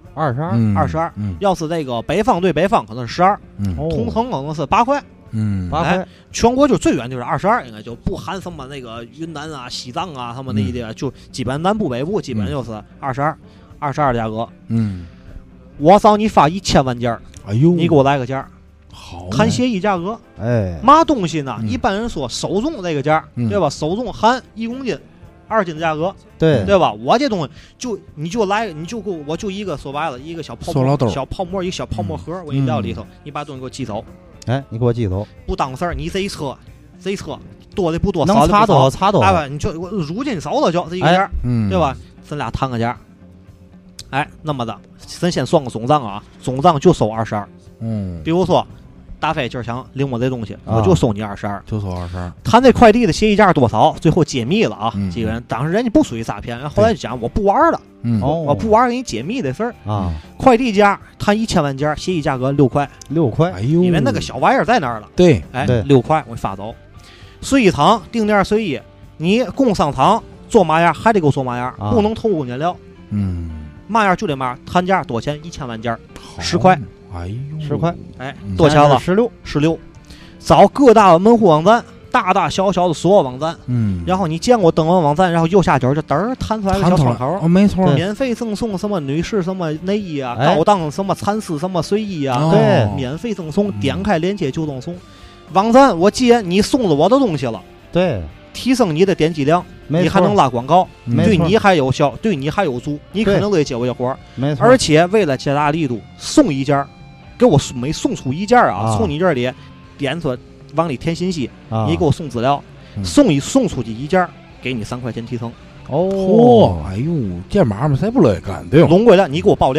22，要是这个北方对北方可能是12，同城可能是8块，8块，全国就最远就是22，应该就不含什么那个云南啊、西藏啊他们那一点，就基本南部北部基本就是22价格。我找你发1000万件，哎呦，你给我来个价，好，谈协议价格。嘛东西呢？一般人说手重这个价，对吧？手重含1公斤。2斤的价格，对吧？我这东西你就给我就一个说白了，一个小泡沫，一个小泡沫盒，我给你撂里头，你把东西给我寄走。 你给我寄走， 不当事儿，你这一车多的不多， 能差多少差多少， 你就我如今少了就这一个价，对吧？咱俩谈个价，那么的，咱先算个总账啊，总账就收22，比如说。大飞今儿想领我这东西，我就收你22， 就收22。 谈这快递的协议价多少？最后解密了啊！几个人当时人家不属于诈骗，后来就讲我不玩了，我不玩给你解密的事儿啊。快递价谈1000万件，协议价格6块， 哎呦， 因为那个小玩意儿在那儿了。 对 ，6块我发走。随意厂定价随意，你工商厂做嘛样还得给我做嘛样，不能偷工减料。嘛样就得嘛，谈价多钱？1000万件，10块。 哎呦 ，10块， 多钱了？16，找各大门户网站，大大小小的所有网站，然后你见过登完网站，然后右下角就嘚儿弹出来个小窗口， 没错， 免费赠送什么女士什么内衣啊，高档什么蚕丝什么睡衣啊， 对， 免费赠送，点开链接就赠送。网站我既然你送了我的东西了， 对， 提升你的点击量，你还能拉广告，对你还有效，对你还有助，你可能乐意接我这活儿， 没错。 而且为了加大力度，送一件。给我每送出一件啊，从你这里点出往里填信息，你给我送资料，送出去一件，给你3块钱提成。 哎呦，这买卖谁不乐意干？对吧？ 龙归了，你给我报量，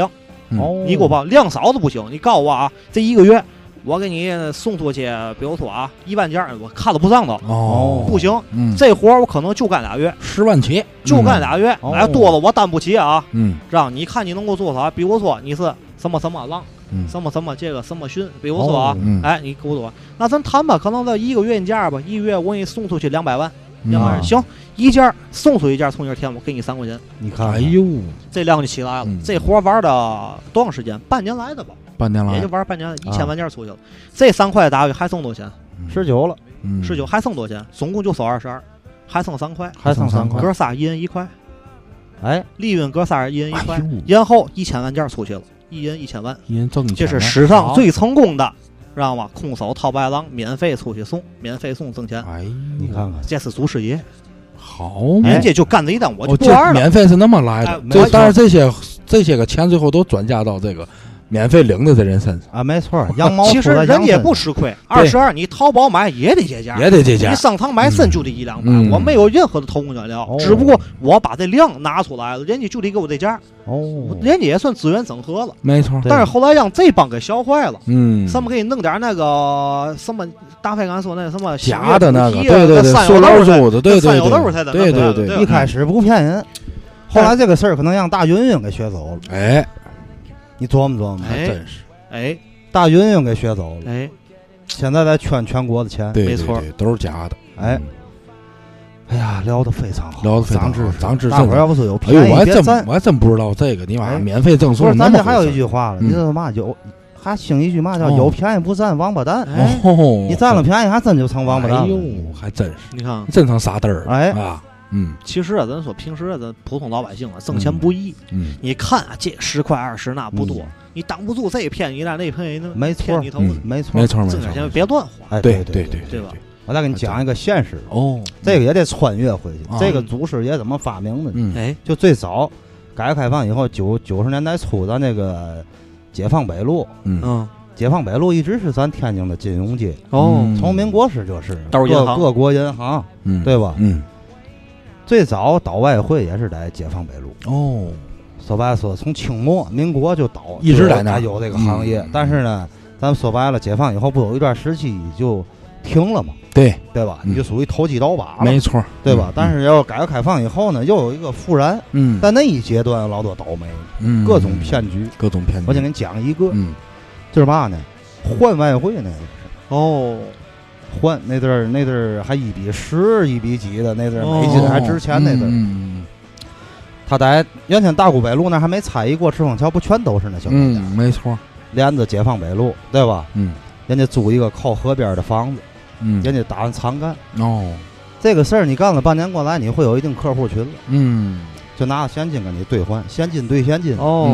你给我报量少的不行，你告诉我啊，这1个月我给你送出去，比如说啊1万件，我看了不上的不行，这活我可能就干2月 ，10万起， 就干2月，哎，多了我担不起啊，让你看你能够做啥？比如说你是什么什么狼。什么什么这个什么训，比如说啊，哎，你给我说，那咱谈吧，可能这1个月一件吧，1个月我给你送出去200万，200万，行，一件送出一件，从这天我给你3块钱， 你看， 哎呦， 这量就起来了。这活玩的多长时间？半年来的吧， 半年来也就玩半年，1000万件出去了。这3块大约还剩多少钱 ？19了 ，19还剩多少钱？总共就收22，还剩3块， 还剩3块， 哥仨一人1块， 哎， 利润哥仨一人1块，然后1000万件出去了。1人1000万，这是史上最成功的，知道吗？空手套白狼，免费出去送，免费送挣钱。 哎， 你看看， 这是祖师爷， 好， 人家就干这一单，我就不玩了。 免费是那么来的，但是这些个钱最后都转嫁到这个免费领的这人身上啊，没错，羊毛其实人也不吃亏。22，你淘宝买也得这价， 也得这价。 你商场买肾就得100-200，我没有任何的偷工减料，只不过我把这量拿出来了，人家就得给我这价。人家也算资源整合了， 没错。 但是后来让这帮给销坏了，什么给你弄点那个什么大飞刚说那什么假的那个， 对， 塑料做的，对， 对， 一开始不骗人，后来这个事儿可能让大云云给学走了， 哎。 你琢磨琢磨， 还真是， 哎， 大云云给学走了， 哎， 现在在圈全国的钱， 没错， 都是假的， 哎，哎呀，聊得非常好， 聊得非常好，长知识。 大伙儿要不是有便宜， 我还真不知道这个，你妈免费赠送。 不是，咱这还有一句话了，你知道嘛？有还兴一句嘛叫有便宜不占王八蛋。你占了便宜，还真就成王八蛋。 哎呦，还真是， 你看， 真成傻嘚儿。 哎啊。 其实啊，咱说平时咱普通老百姓啊，挣钱不易。你看啊，这10块20那不多，你挡不住这骗你那骗你那， 没错， 骗你头， 没错， 挣点钱别乱花。 哎， 对吧？ 我再给你讲一个现实哦， 这个也得穿越回去。这个祖师爷怎么发明的？ 哎， 就最早改革开放以后，90年代初，咱那个解放北路，解放北路一直是咱天津的金融街从民国时就是各国银行，对吧？最早倒外汇也是在解放北路说白了说从清末民国就倒， 一直在那有这个行业，但是呢，咱们说白了，解放以后不有一段时期就停了嘛？对吧？你就属于投机倒把了， 没错， 对吧？但是要改革开放以后呢，又有一个复燃，但那一阶段老多倒霉，各种骗局，我先给你讲一个，就是嘛呢？换外汇那个换那阵儿还1比10、1比几的那阵儿，美金还值钱那阵儿。他在原先大沽北路那还没拆一过赤峰桥，不全都是那小店？ 没错， 连着解放北路，对吧？人家租一个靠河边的房子，人家打算常干。这个事儿你干了半年过来，你会有一定客户群了。就拿现金跟你兑换，现金兑现金。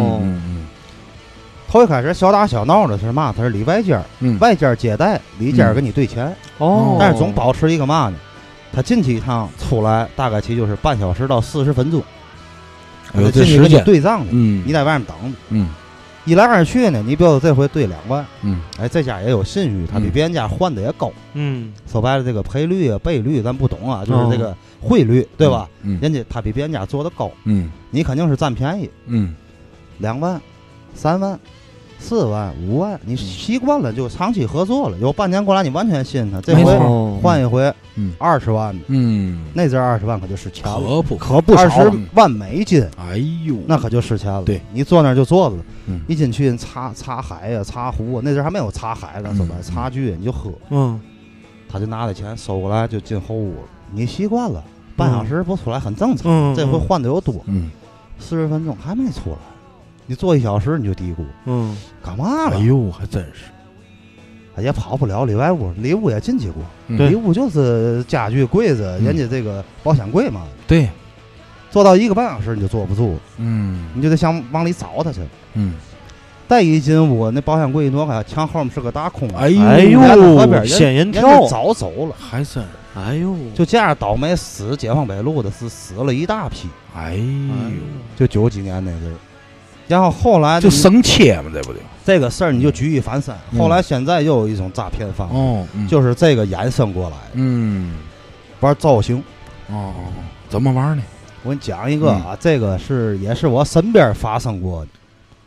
头一开始小打小闹的是嘛？他是里外间，外间接待，里间给你兑钱。但是总保持一个嘛呢？他进去一趟，出来大概其就是半小时到40分钟。 有进去给你对账的，你在外面等着。 一来二去呢，你比如这回兑2万，哎，这家也有信誉，他比别人家换的也高。说白了，这个赔率啊、倍率咱不懂啊，就是这个汇率，对吧？人家他比别人家做的高，你肯定是占便宜。2万、3万。4万、5万，你习惯了就长期合作了，有半年过来你完全信他，这回换一回20万的，那阵20万可就是钱了， 可不少 ，20万美金， 哎呦， 那可就是钱了。 对， 你坐那就坐着了，一进去擦海呀、擦壶，那阵还没有擦海呢，说白擦具你就喝，他就拿着钱收过来就进后屋了，你习惯了，半小时不出来很正常，这回换的又多，40分钟还没出来。你坐1小时你就嘀咕，干嘛了？ 哎呦，还真是， 也跑不了里外屋，里屋也进去过，里屋就是家具柜子，人家这个保险柜嘛。 对， 坐到1个半小时你就坐不住，你就得想往里找他去。再一进屋，那保险柜一挪开，墙后面是个大空， 哎呦， 河边仙人跳早走了， 还真， 哎呦， 就这样倒霉死解放北路的是死了一大批， 哎呦， 就90几年那阵儿。然后后来就生切嘛，对不对？ 这个事儿你就举一反三。后来现在又有一种诈骗方式，就是这个衍生过来，玩造型。 怎么玩呢？ 我给你讲一个啊，这个也是我身边发生过的。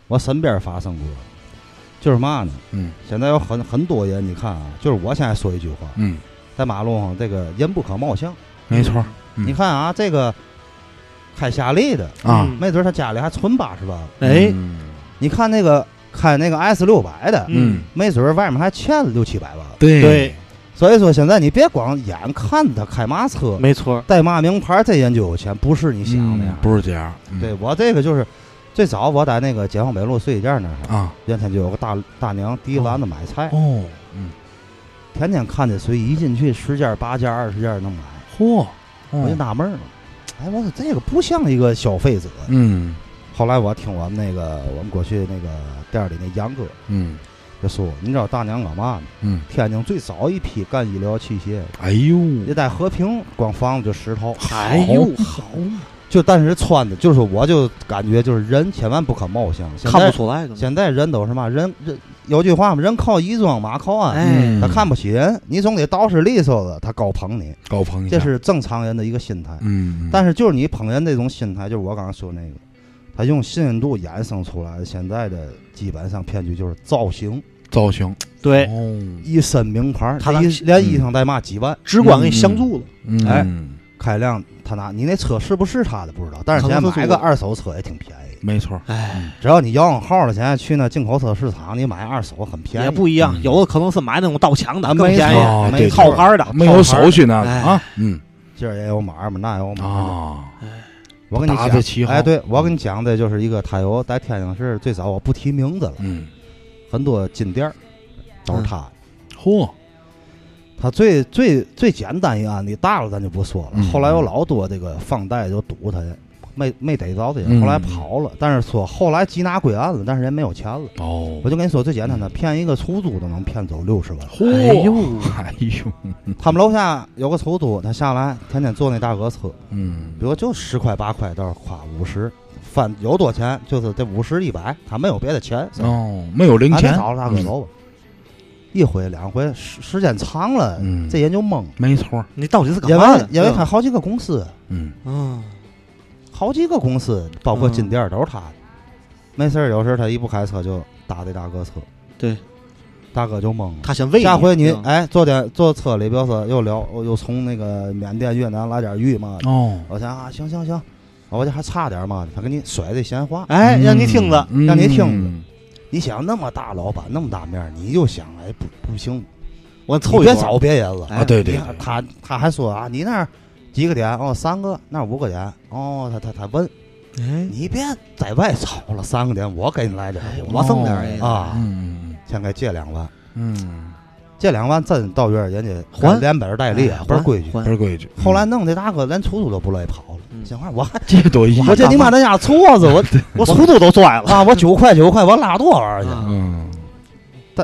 我身边发生过，就是嘛呢？现在有很多人，你看啊，就是我现在说一句话，在马路上这个人不可貌相， 没错。 你看啊，这个开夏利的啊， 没准他家里还存80万， 哎， 你看那个开那个 S600的，没准外面还欠了600-700万， 对。 所以说，现在你别光眼看他开嘛车， 没错， 带嘛名牌，这人就有钱，不是你想的呀， 不是这样。 对我这个就是最早我在那个解放北路碎衣店那儿啊， 原先就有个大娘第一篮子买菜哦， 天天看这随一进去10件8件20件能买， 嚯， 我就纳闷了，哎，我说这个不像一个消费者，后来我听我们过去那个店里那杨哥，就说，你知道大娘干嘛呢？天津最早一批干医疗器械， 哎呦， 也在和平光房子就10套， 哎呦好， 就但是穿的，就是我就感觉就是人千万不可貌相， 看不出来的。 现在人都是嘛，人有句话嘛，人靠衣装马靠鞍，他看不起人，你总得捯饬利索的，他高捧你，这是正常人的一个心态。但是就是你捧人这种心态，就是我刚刚说那个。他用信任度衍生出来的现在的基本上骗局就是造型， 对， 一身名牌，他连衣裳带嘛几万， 直观给你镶住了。 哎，开辆他拿你那车是不是他的不知道，但是现在买个二手车也挺便宜， 没错。 哎， 只要你摇上号了，现在去那进口车市场，你买二手很便宜， 也不一样，有的可能是买那种盗抢的，更便宜， 没套牌的， 没有手续呢啊， 这也有码嘛，那有码啊。 我跟你讲，哎，对我跟你讲的就是一个，他有在天津市最早我不提名字了，很多金店都是他， 嚯， 他最简单一案例，大了咱就不说了。后来有老多这个放贷就堵他，没逮着的人，后来跑了。但是说后来缉拿归案了，但是人没有钱了。 哦， 我就跟你说最简单的，骗一个出租都能骗走60万。 哎呦， 他们楼下有个出租，他下来天天坐那大哥车，比如就10块8块，到时候花50，翻有多钱就是这50、100，他没有别的钱。 没有零钱。 找了大哥走吧。1回2回，时间长了，这人就懵。 没错， 你到底是干嘛的？ 因为他好几个公司，好几个公司，包括金店都是他的。没事有时他一不开车就打这大哥车， 对， 大哥就懵了。 他先喂你。 下回你坐车里，比如说又从那个缅甸越南来点鱼嘛。我想啊，行，我这还差点嘛，他给你甩这闲话， 哎，让你听着， 让你听着。你想那么大老板那么大面，你就想哎不行， 我凑别找别人了啊！对， 他还说啊，你那儿几个点3个，那5个点他问，你别在外找了3个点，我给你来点， 我剩点啊，先给借2万，借2万真到月人家还连本带利，不是规矩，后来弄这大哥连出租都不乐意跑了，行话我还这多一， 我这你妈在家坐着， 我出租都拽了啊，我9块我拉多少去？但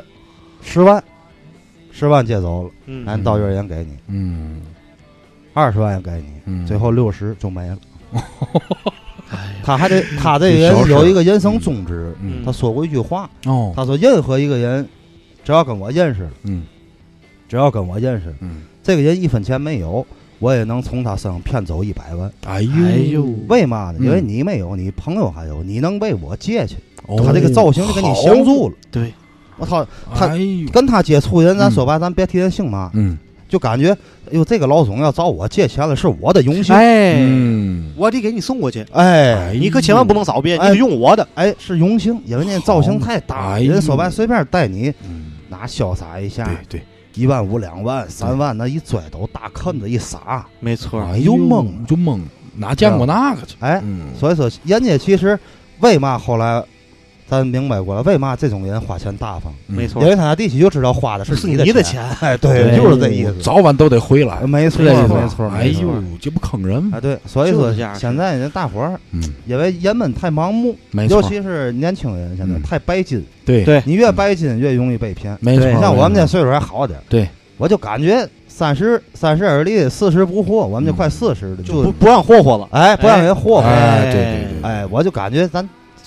10万借走了，俺到月人给你，20万也给你，最后60就没了。他这个人有一个人生宗旨，他说过一句话，他说任何一个人只要跟我认识了，这个人1分钱没有，我也能从他身上骗走100万。 哎呦， 为嘛呢？因为你没有，你朋友还有，你能被我借去，他这个造型就给你镶住了。 对， 我操，他跟他接触人，咱说白，咱别提人姓嘛，就感觉，哎呦，这个老总要找我借钱了，是我的荣幸。 哎，我得给你送过去。 哎， 你可千万不能少别，你得用我的。 哎，是荣幸，因为那造型太大，人说白随便带你，拿潇洒一下， 对 ，1万5、2万、3万，那一拽都大坑子一撒， 没错， 哎呦懵，哪见过那个去？ 哎，所以说人家其实为嘛后来。咱明白过了，为嘛这种人花钱大方？ 没错， 因为他地气就知道花的是你的钱。 哎，对，就是这意思。 早晚都得回来。 没错。 哎呦，这不坑人吗？ 哎，对，所以说现在人大伙儿，因为人们太盲目，尤其是年轻人现在太拜金。 对， 你越拜金越容易被骗。 没错， 像我们这岁数还好点。 对， 我就感觉30而立，40不惑，我们就快40了，就不让霍霍了。 哎，不让人霍霍。 哎，对， 哎，我就感觉咱。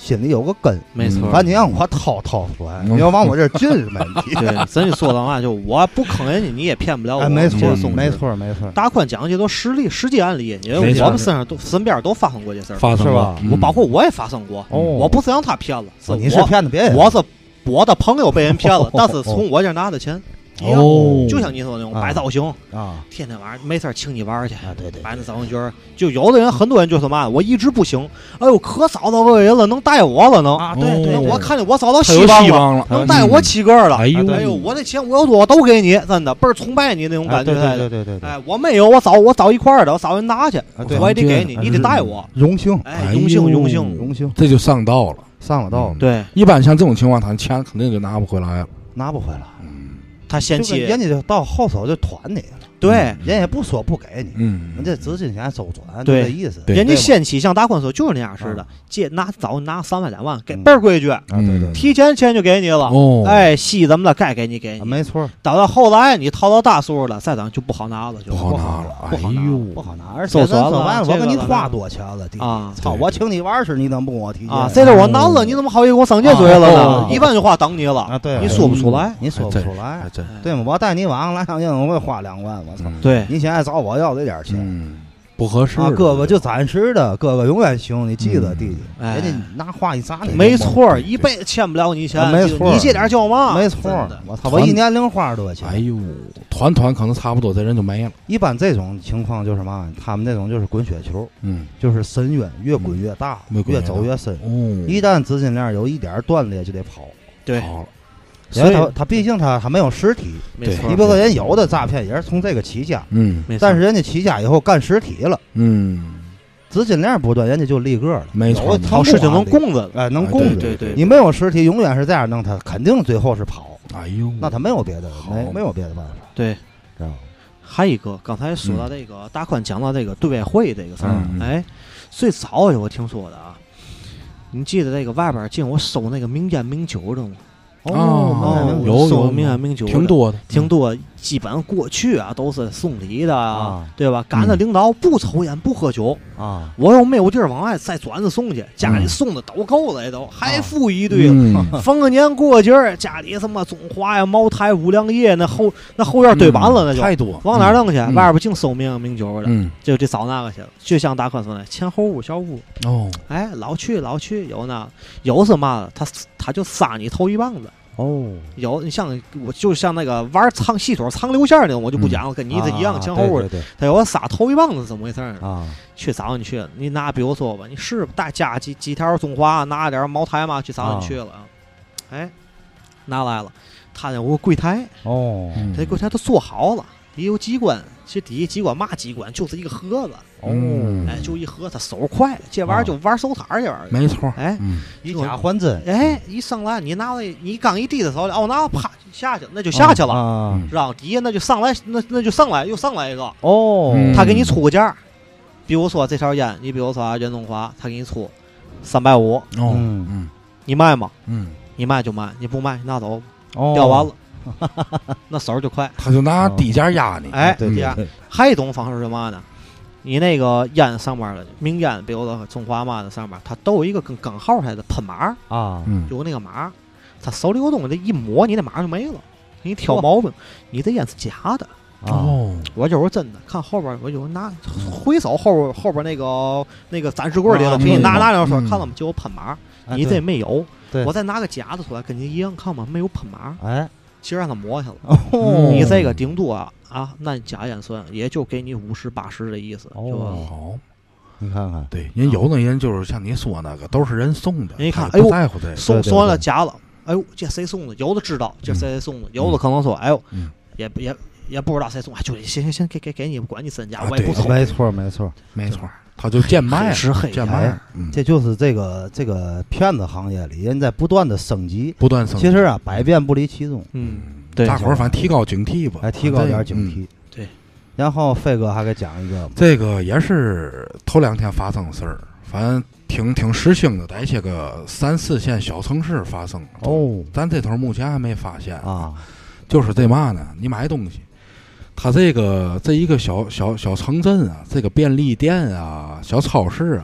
心里有个根， 没错。 反正你让我掏出来，你要往我这儿进是没问题。 对，咱就说的话，就我不坑人家，你也骗不了我。 没错， 没错。大宽讲的这都实际案例，因为我们身边都发生过这事儿， 是吧？ 包括我也发生过。我不是让他骗了， 你是骗的别人， 我的朋友被人骗了，但是从我这拿的钱。就像你说那种摆造型啊，天天晚上没事请你玩去啊，对，摆那造型角，就有的人很多人就说嘛，我一直不行，哎呦，可找到个人了，能带我了能啊，对，我看见我找到希望了，能带我7个了，哎呦，我的钱我有多都给你，真的倍儿崇拜你那种感觉， 对， 哎，我没有，我找一块的，我找人拿去，我也得给你，你得带我， 荣幸， 哎，荣幸， 这就上道了， 对， 一般像这种情况，他钱肯定就拿不回来了， 他先期人家就到后手就团你了， 对， 人也不说不给你，人这资金钱周转， 对这意思。 人家先期像大宽说就是那样似的，早拿3万2万，给倍儿规矩，提前钱就给你了，哎，戏怎么的该给你， 没错。 到后来你掏到大数了，再等就不好拿了，就不好拿了， 不好拿，而且说白了，我给你花多钱了， 啊， 操，我请你玩时你怎么不给我提啊？这我难了，你怎么好意思给我上这嘴了呢？1万句话等你了啊，对， 你说不出来， 对吗？我带你晚上来趟夜总会花2万，我操， 对， 你现在找我要这点钱， 不合适啊，哥哥就暂时的，哥哥永远行，你记得弟弟，人家拿话一砸你， 没错，一辈子欠不了你钱， 没错， 你这点叫嘛？ 没错，我操，我1年零花多少钱？ 哎呦，团可能差不多，这人就没了。 一般这种情况就是嘛，他们那种就是滚雪球，就是深渊越滚越大，越走越深。一旦资金链有一点断裂，就得跑。 对。 因为他毕竟他没有实体， 没错。 你比如说人有的诈骗也是从这个起家，但是人家起家以后干实体了，资金链不断，人家就立个了， 没错， 好事情能供着， 哎，能供着， 对， 你没有实体，永远是这样弄，他肯定最后是跑， 哎呦， 那他没有别的，没有别的办法， 对， 知道吗？ 还一个，刚才说到这个大宽讲到这个对外汇这个事儿，哎，最早我听说的啊，你记得这个外边净我收那个名烟名酒的吗？ 有名烟名酒挺多的， 挺多。基本过去啊都是送礼的啊，对吧？赶着领导不抽烟不喝酒啊，我又没有地儿往外再转着送去，家里送的都够了，都还富一堆。逢个年过节儿，家里什么中华呀、茅台、五粮液，那后院堆满了，那就太多。 往哪弄去？外边净收名烟名酒的，就得找那个去了。就像大宽说的，前后屋小屋哦，哎，老去有那有是嘛的，他就杀你头一棒子。 哦， 有你像我就像那个玩藏细腿藏流线那种，我就不讲了，跟你这一样前后屋的。他有撒头一棒子怎么回事啊？去找你去了，你拿比如说吧，你是带加几条中华，拿点茅台嘛，去找你去了啊。哎，拿来了，他有个柜台哦，这柜台都做好了，里有机关，其实底下机关嘛机关就是一个盒子哦，哎，就一盒，他手快，这玩意儿就玩手摊这玩意儿， 没错， 哎， 以假还真， 哎，一上来你拿了，你刚一递的时候，哦，拿啪下去，那就下去了，然后底下那就上来，那就上来，又上来一个哦，他给你出个价，比如说这条烟，你比如说啊，袁中华，他给你出350，哦，你卖吗？你卖就卖，你不卖拿走，要完了。那手就快， 他就拿低价压你。 哎，低价。还有一种方式是嘛呢？你那个烟上面的名烟，比如说中华嘛的上面，它都有一个跟钢号似的喷码啊，有那个码，他手里有东西一摸，你那码就没了。你挑毛病，你这烟是假的。哦，我就是真的。看后边，我就拿回手后边那个展示柜里了，给你拿两说，看了吗？就有喷码，你这没有。我再拿个假的出来，跟你一样，看吗？没有喷码。哎。其实让他磨下了，你这个顶多啊，那假烟算也就给你50、80的意思。 哦， 你看看， 对，人有的人就是像你说那个，都是人送的， 你看，哎呦， 不在乎这个， 送完了假了，哎呦，这谁送的？有的知道这谁送的，有的可能说，哎呦，也不知道谁送，就行，给你，不管你真假，我也不送。 没错。 他就贱卖， 贱卖， 这就是这个骗子行业里人在不断的升级，其实啊，百变不离其宗。 对，大伙儿反正提高警惕吧， 提高点警惕。 对。 然后飞哥还给讲一个， 这个也是头2天发生的事儿，反正挺时兴的，在一些个3、4线小城市发生。哦，咱这头目前还没发现啊。就是这嘛呢？你买东西。他这一个小城镇啊，这个便利店啊、小超市啊，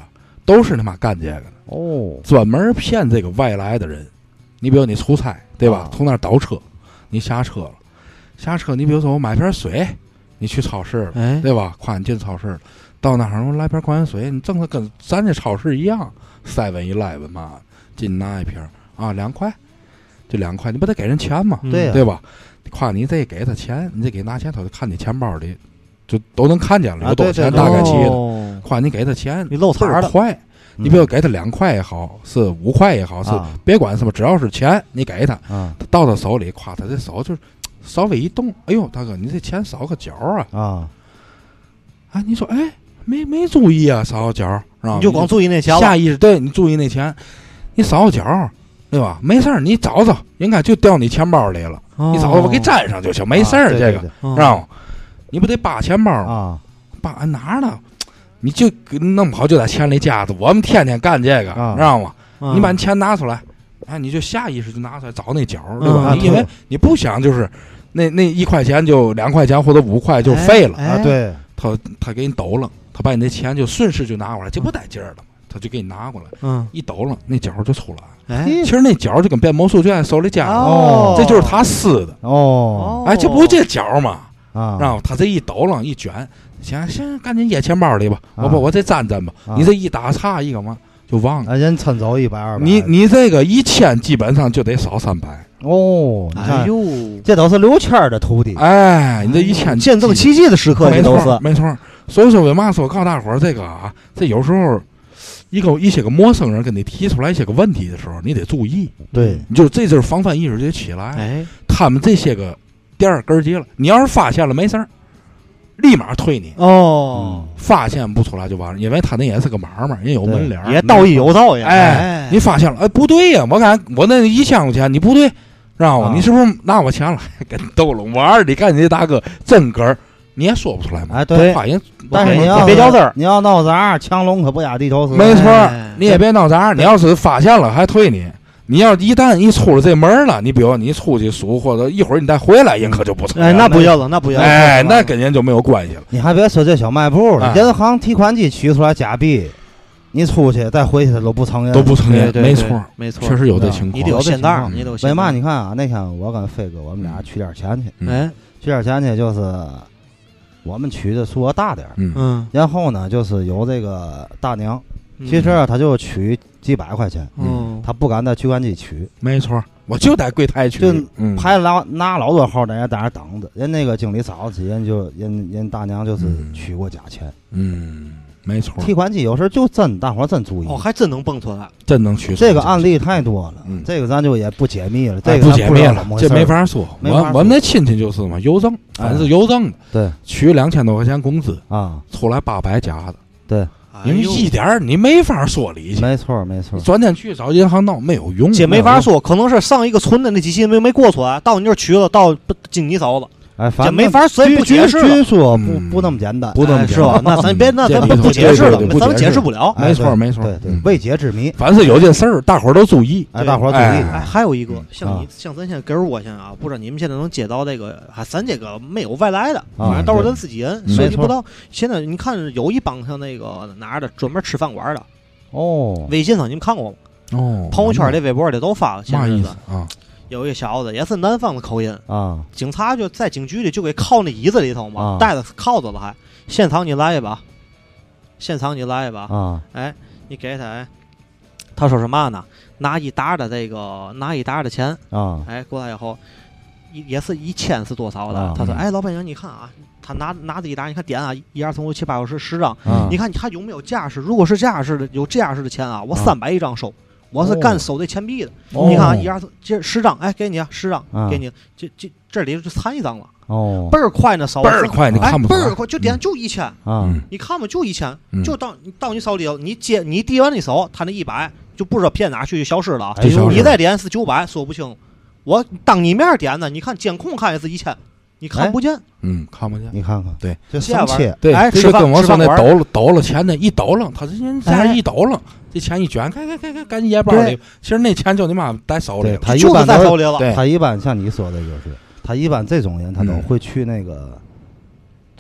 都是他妈干这个的哦， 专门骗这个外来的人。你比如你出差对吧，从那儿倒车，你下车了，你比如说我买瓶水，你去超市了，对吧？夸你进超市了，到那儿我来瓶矿泉水，你正是跟咱这超市一样，7-11嘛，进拿一瓶啊，2块，这2块你不得给人钱吗？对吧？夸你这给他钱，你这给拿钱，他就看你钱包里就都能看见了有多少钱，大概齐的。夸你给他钱， 你漏财了， 快。你比如给他2块也好，是5块也好，是别管什么，只要是钱，你给他，他到他手里，夸他这手就稍微一动，哎呦，大哥，你这钱少个角啊！啊，你说，哎，没注意啊，少个角， 你就光注意那钱了， 下意识对你注意那钱，你少个角，对吧？没事儿，你找找，应该就掉你钱包里了，你找找我给粘上就行，没事儿，这个，知道吗？你不得扒钱包啊？扒哪儿呢？你就弄不好就在钱里夹着，我们天天干这个，知道吗？你把你钱拿出来，哎，你就下意识就拿出来找那角，对吧？因为你不想就是那1块钱就2块钱或者5块就废了啊。对， 他给你抖了，他把你那钱就顺势就拿过来，这不带劲儿的吗？他就给你拿过来，一抖了，那角就出来了。其实那角就跟变魔术就在手里夹着，这就是他撕的。哎，这不这角吗？然后他这一抖了，一卷。行，赶紧掖钱包里吧，我这粘吧。你这一打岔一个嘛，就忘了。 人趁走100-200。 你这个1000基本上就得少300。 哦， 哎呦， 这都是刘谦的徒弟。 哎，你这1000 见证奇迹的时刻， 这都是没错。所以说，为嘛说告诉大伙儿这个啊？这有时候一些个陌生人跟你提出来一些个问题的时候，你得注意。 对， 你就这阵防范意识就起来。 哎， 他们这些个点儿根儿急了，你要是发现了没事儿。立马推你发现不出来就完了，因为他那也是个买卖，人有门脸， 也道义有道呀。 哎，你发现了，哎，不对呀，我看我那1000块钱，你不对，知道吗？你是不是拿我钱了？跟逗了玩你看你这大哥真根儿，你也说不出来嘛。 哎，对，但是你要别较真儿， 你要闹砸，强龙可不压地头蛇。 没错，你也别闹砸，你要是发现了还推你。你要一旦一出了这门了，你比如你出去数或者一会儿你再回来，人可就不成。 哎，那不要了，那不要了。 哎，那跟人就没有关系了。 你还别说这小卖部了，人行提款机取出来假币，你出去再回去他都不承认， 没错， 没错， 确实有这情况。 你得有现袋，你得。 为嘛？你看啊，那天我跟飞哥我们俩取点钱去，取点钱去就是我们取的数额大点，然后呢就是有这个大娘，其实他就取几百块钱，他不敢在取款机取， 没错，我就在柜台取， 就排拿老多号，在那等着，人那个经理早起，人大娘就是取过假钱， 没错， 提款机有时候就真，大伙儿真注意， 还真能蹦出来， 真能取， 这个案例太多了，这个咱就也不解密了，这个不解密了，这没法说，我们那亲戚就是嘛，邮政，反正是邮政的， 对， 取2000多块钱工资啊， 出来800假的， 对。 因为一点你没法说理去， 没错没错。 转天去找银行闹没有用， 这没法说，可能是上一个存的那机器没过出来，到你这儿取了，到经你走了。 哎，反正没法，所以不解释了。 据说不那么简单， 不那么简单， 是吧？那咱别，那咱不解释了，咱们解释不了。 没错没错， 对，未解之谜。 凡是有件事儿，大伙儿都注意， 哎，大伙儿注意。 哎，还有一个，像咱现在根儿窝现在啊，不知道你们现在能接到这个，咱这个没有外来的，反正都是咱自己人，涉及不到。现在你看有一帮像那个哪儿的专门吃饭馆的，微信上你们看过吗？朋友圈里、微博里都发了， 嘛意思啊？ 有一个小子也是南方的口音啊， 警察就在警局里就给铐那椅子里头嘛，带着铐子了还。现场你来一把，现场你来一把啊！ 哎，你给他，哎，他说什么呢？拿一沓的钱啊！ 哎，过来以后，也是1000是多少的？他说，哎，老板娘，你看啊，他拿着一沓，你看点啊，1、2、3、5、7、8、9、10张，你看他有没有架势？如果是架势的，有架势的钱啊，我300一张收。我是干收这钱币的，你看啊，1、2、3，这10张，哎，给你啊，10张，给你，这里就残一张了，倍儿快呢， 倍儿快，你看不倍儿快，就点就1000，你看吧，就1000，就到你手里头，你递完你手，他那100就不知道骗哪去就消失了啊，你再点是900，说不清，我当你面点呢，你看监控看也是1000。你看不见， 看不见。 你看看， 对， 就生切， 对， 哎， 这就跟我说那抖了钱的，一抖了，他这人在那一抖了，这钱一卷，赶紧掖包里。其实那钱就你妈在手里了， 他就是在手里了。 他一般像你说的就是，他一般这种人他都会去那个，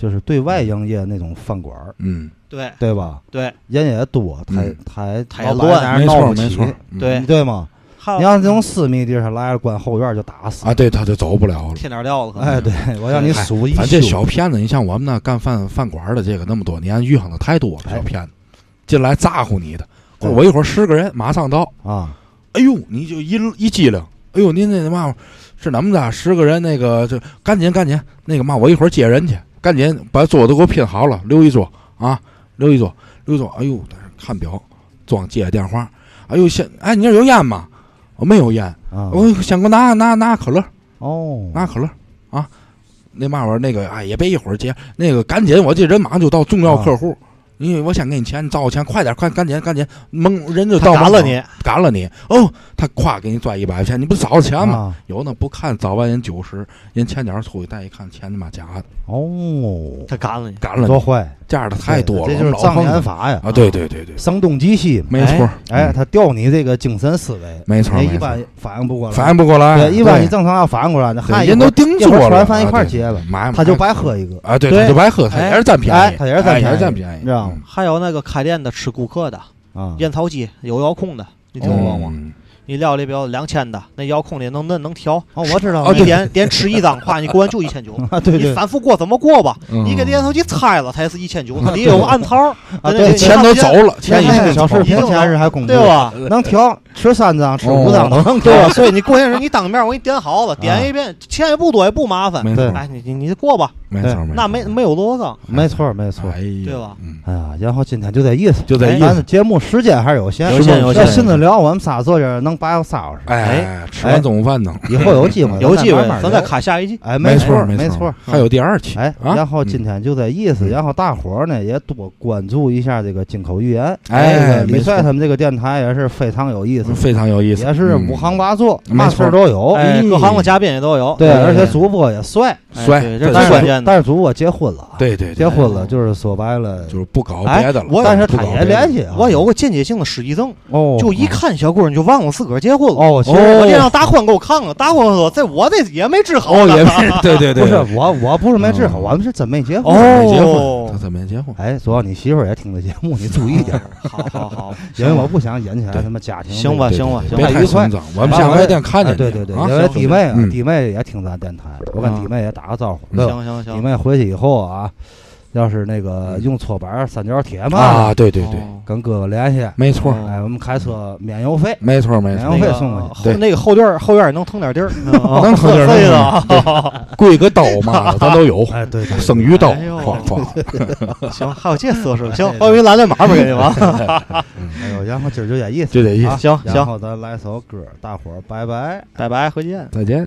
就是对外营业那种饭馆，对吧？ 对， 人也多，太乱， 闹不起， 对吗？你要这种私密地上来关后院就打死啊！对，他就走不了了， 天哪掉了。 哎，对，我让你数一。 反正这小骗子，你像我们那干饭馆的这个那么多年，遇上的太多了。小骗子进来咋呼你的，我一会儿10个人马上到啊！ 哎呦，你就一机灵，哎呦，您那嘛是怎么的？10个人那个就赶紧那个嘛，我一会儿接人去，赶紧把桌子给我拼好了，留一桌啊，留一桌。哎呦，看表，装接电话。哎呦，哎，你这有烟吗？我没有烟啊，我先给我拿可乐哦， 拿可乐啊，那嘛玩意儿那个哎也别一会儿接，那个赶紧，我这人马上就到重要客户，因为我先给你钱，你找我钱，快点，赶紧，蒙人就到赶了你哦，他咵给你拽100块钱，你不找钱吗？有那不看早晚人90，人前脚出去再一看钱他妈假的哦， 他赶了你多坏， 这样的太多了， 这就是障眼法呀！ 啊，对， 声东击西， 没错， 哎，他吊你这个精神思维， 没错， 一般反应不过来，对，一般你正常要反应过来，那人都盯住了， 吃饭一块接了，他就白喝一个啊，对，他就白喝，他也是占便宜， 他也是占便宜， 你知道吗？ 还有那个开店的吃顾客的啊， 烟草机有遥控的，你听过吗？你料理表2000的，那遥控里能调。 哦，我知道。 你点吃1张，夸你过完就1900。 对， 你反复过怎么过吧？你给烟草机拆了，它也是1900，它里有暗槽。 啊，对， 钱都走了，钱 1个小时平前日还公对吧？ 能调，吃3张，吃5张都能对吧？所以你过些日你当面我给你点好了，点一遍，钱也不多也不麻烦。 对， 哎，你过吧。 没错， 那没有多高。 没错， 对吧？ 哎呀，然后今天就这意思， 咱节目时间还是有限，要现在聊我们仨坐这儿能8个3小时。 哎，吃完中午饭呢， 以后有机会， 咱再开下一季。 哎，没错， 还有第2期。 哎，然后今天就这意思，然后大伙儿呢也多关注一下这个金口玉言。 哎， 李帅他们这个电台也是非常有意思， 非常有意思， 也是5行8作，嘛事都有， 各行的嘉宾也都有。 对，而且主播也帅， 这是最关键的。 但是主播结婚了， 对， 结婚了，就是说白了， 就是不搞别的了。 但是他也联系， 我有个间接性的失忆症， 哦， 就一看小姑娘就忘了自个儿结婚了。 哦， 我就让大宽给我看了，大宽说这我这也没治好。 也对， 不是我不是没治好，我们是真没结婚。 哦，他真没结婚。 哎，主要你媳妇儿也听这节目，你注意点。 好， 因为我不想引起来什么家庭。 行吧， 别太声张，我们下回店看见。 对，因为弟妹也听咱电台，我跟弟妹也打个招呼。 行， 弟妹回去以后啊，要是那个用搓板3角铁嘛啊，对， 跟哥哥联系， 没错。 哎，我们开车免邮费， 没错， 免邮费送过去。 那个后院能腾点地儿， 能腾点地儿， 贵个刀嘛，咱都有。 哎，对， 生鱼刀， 行，还有这色势，行，我给你来点码吧，给你吧。 哎呦，然后今儿就这意思， 行， 然后咱来首歌，大伙儿拜拜，回见， 再见。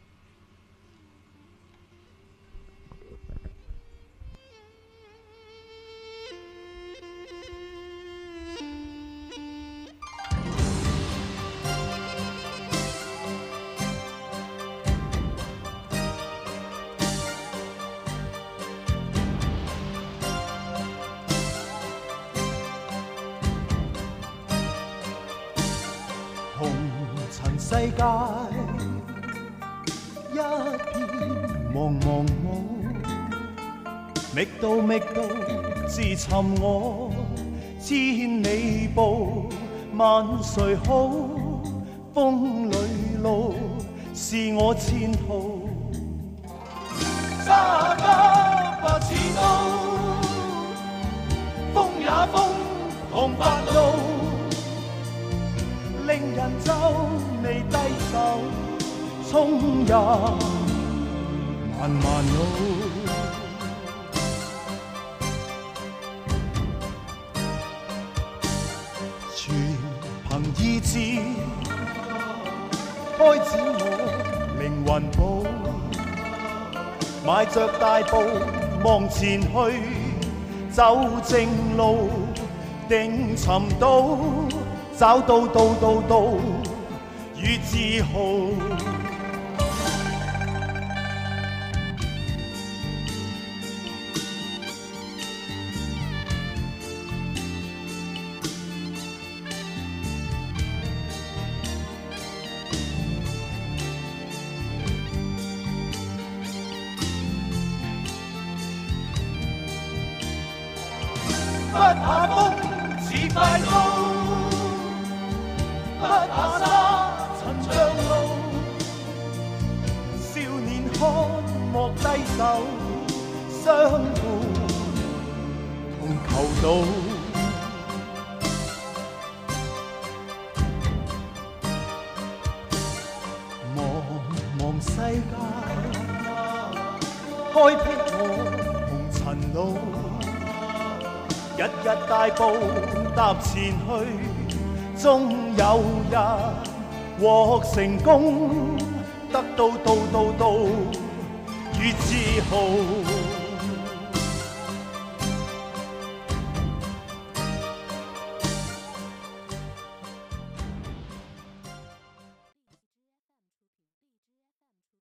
世界一片茫茫雾，觅到自尋我，千里步，萬誰好？風裏路是我前途，揸得吧似刀，風也風，紅白路，令人皺眉低首，衝入漫漫路。全憑意志開展我靈魂步，邁着大步望前去，走正路，定尋到。找到與自豪， 怕風似快刀，不怕沙塵像路。少年看莫低手，相伴同求道。世界開闢我紅塵路，日日大步踏前去，終有日獲成功，得到與自豪。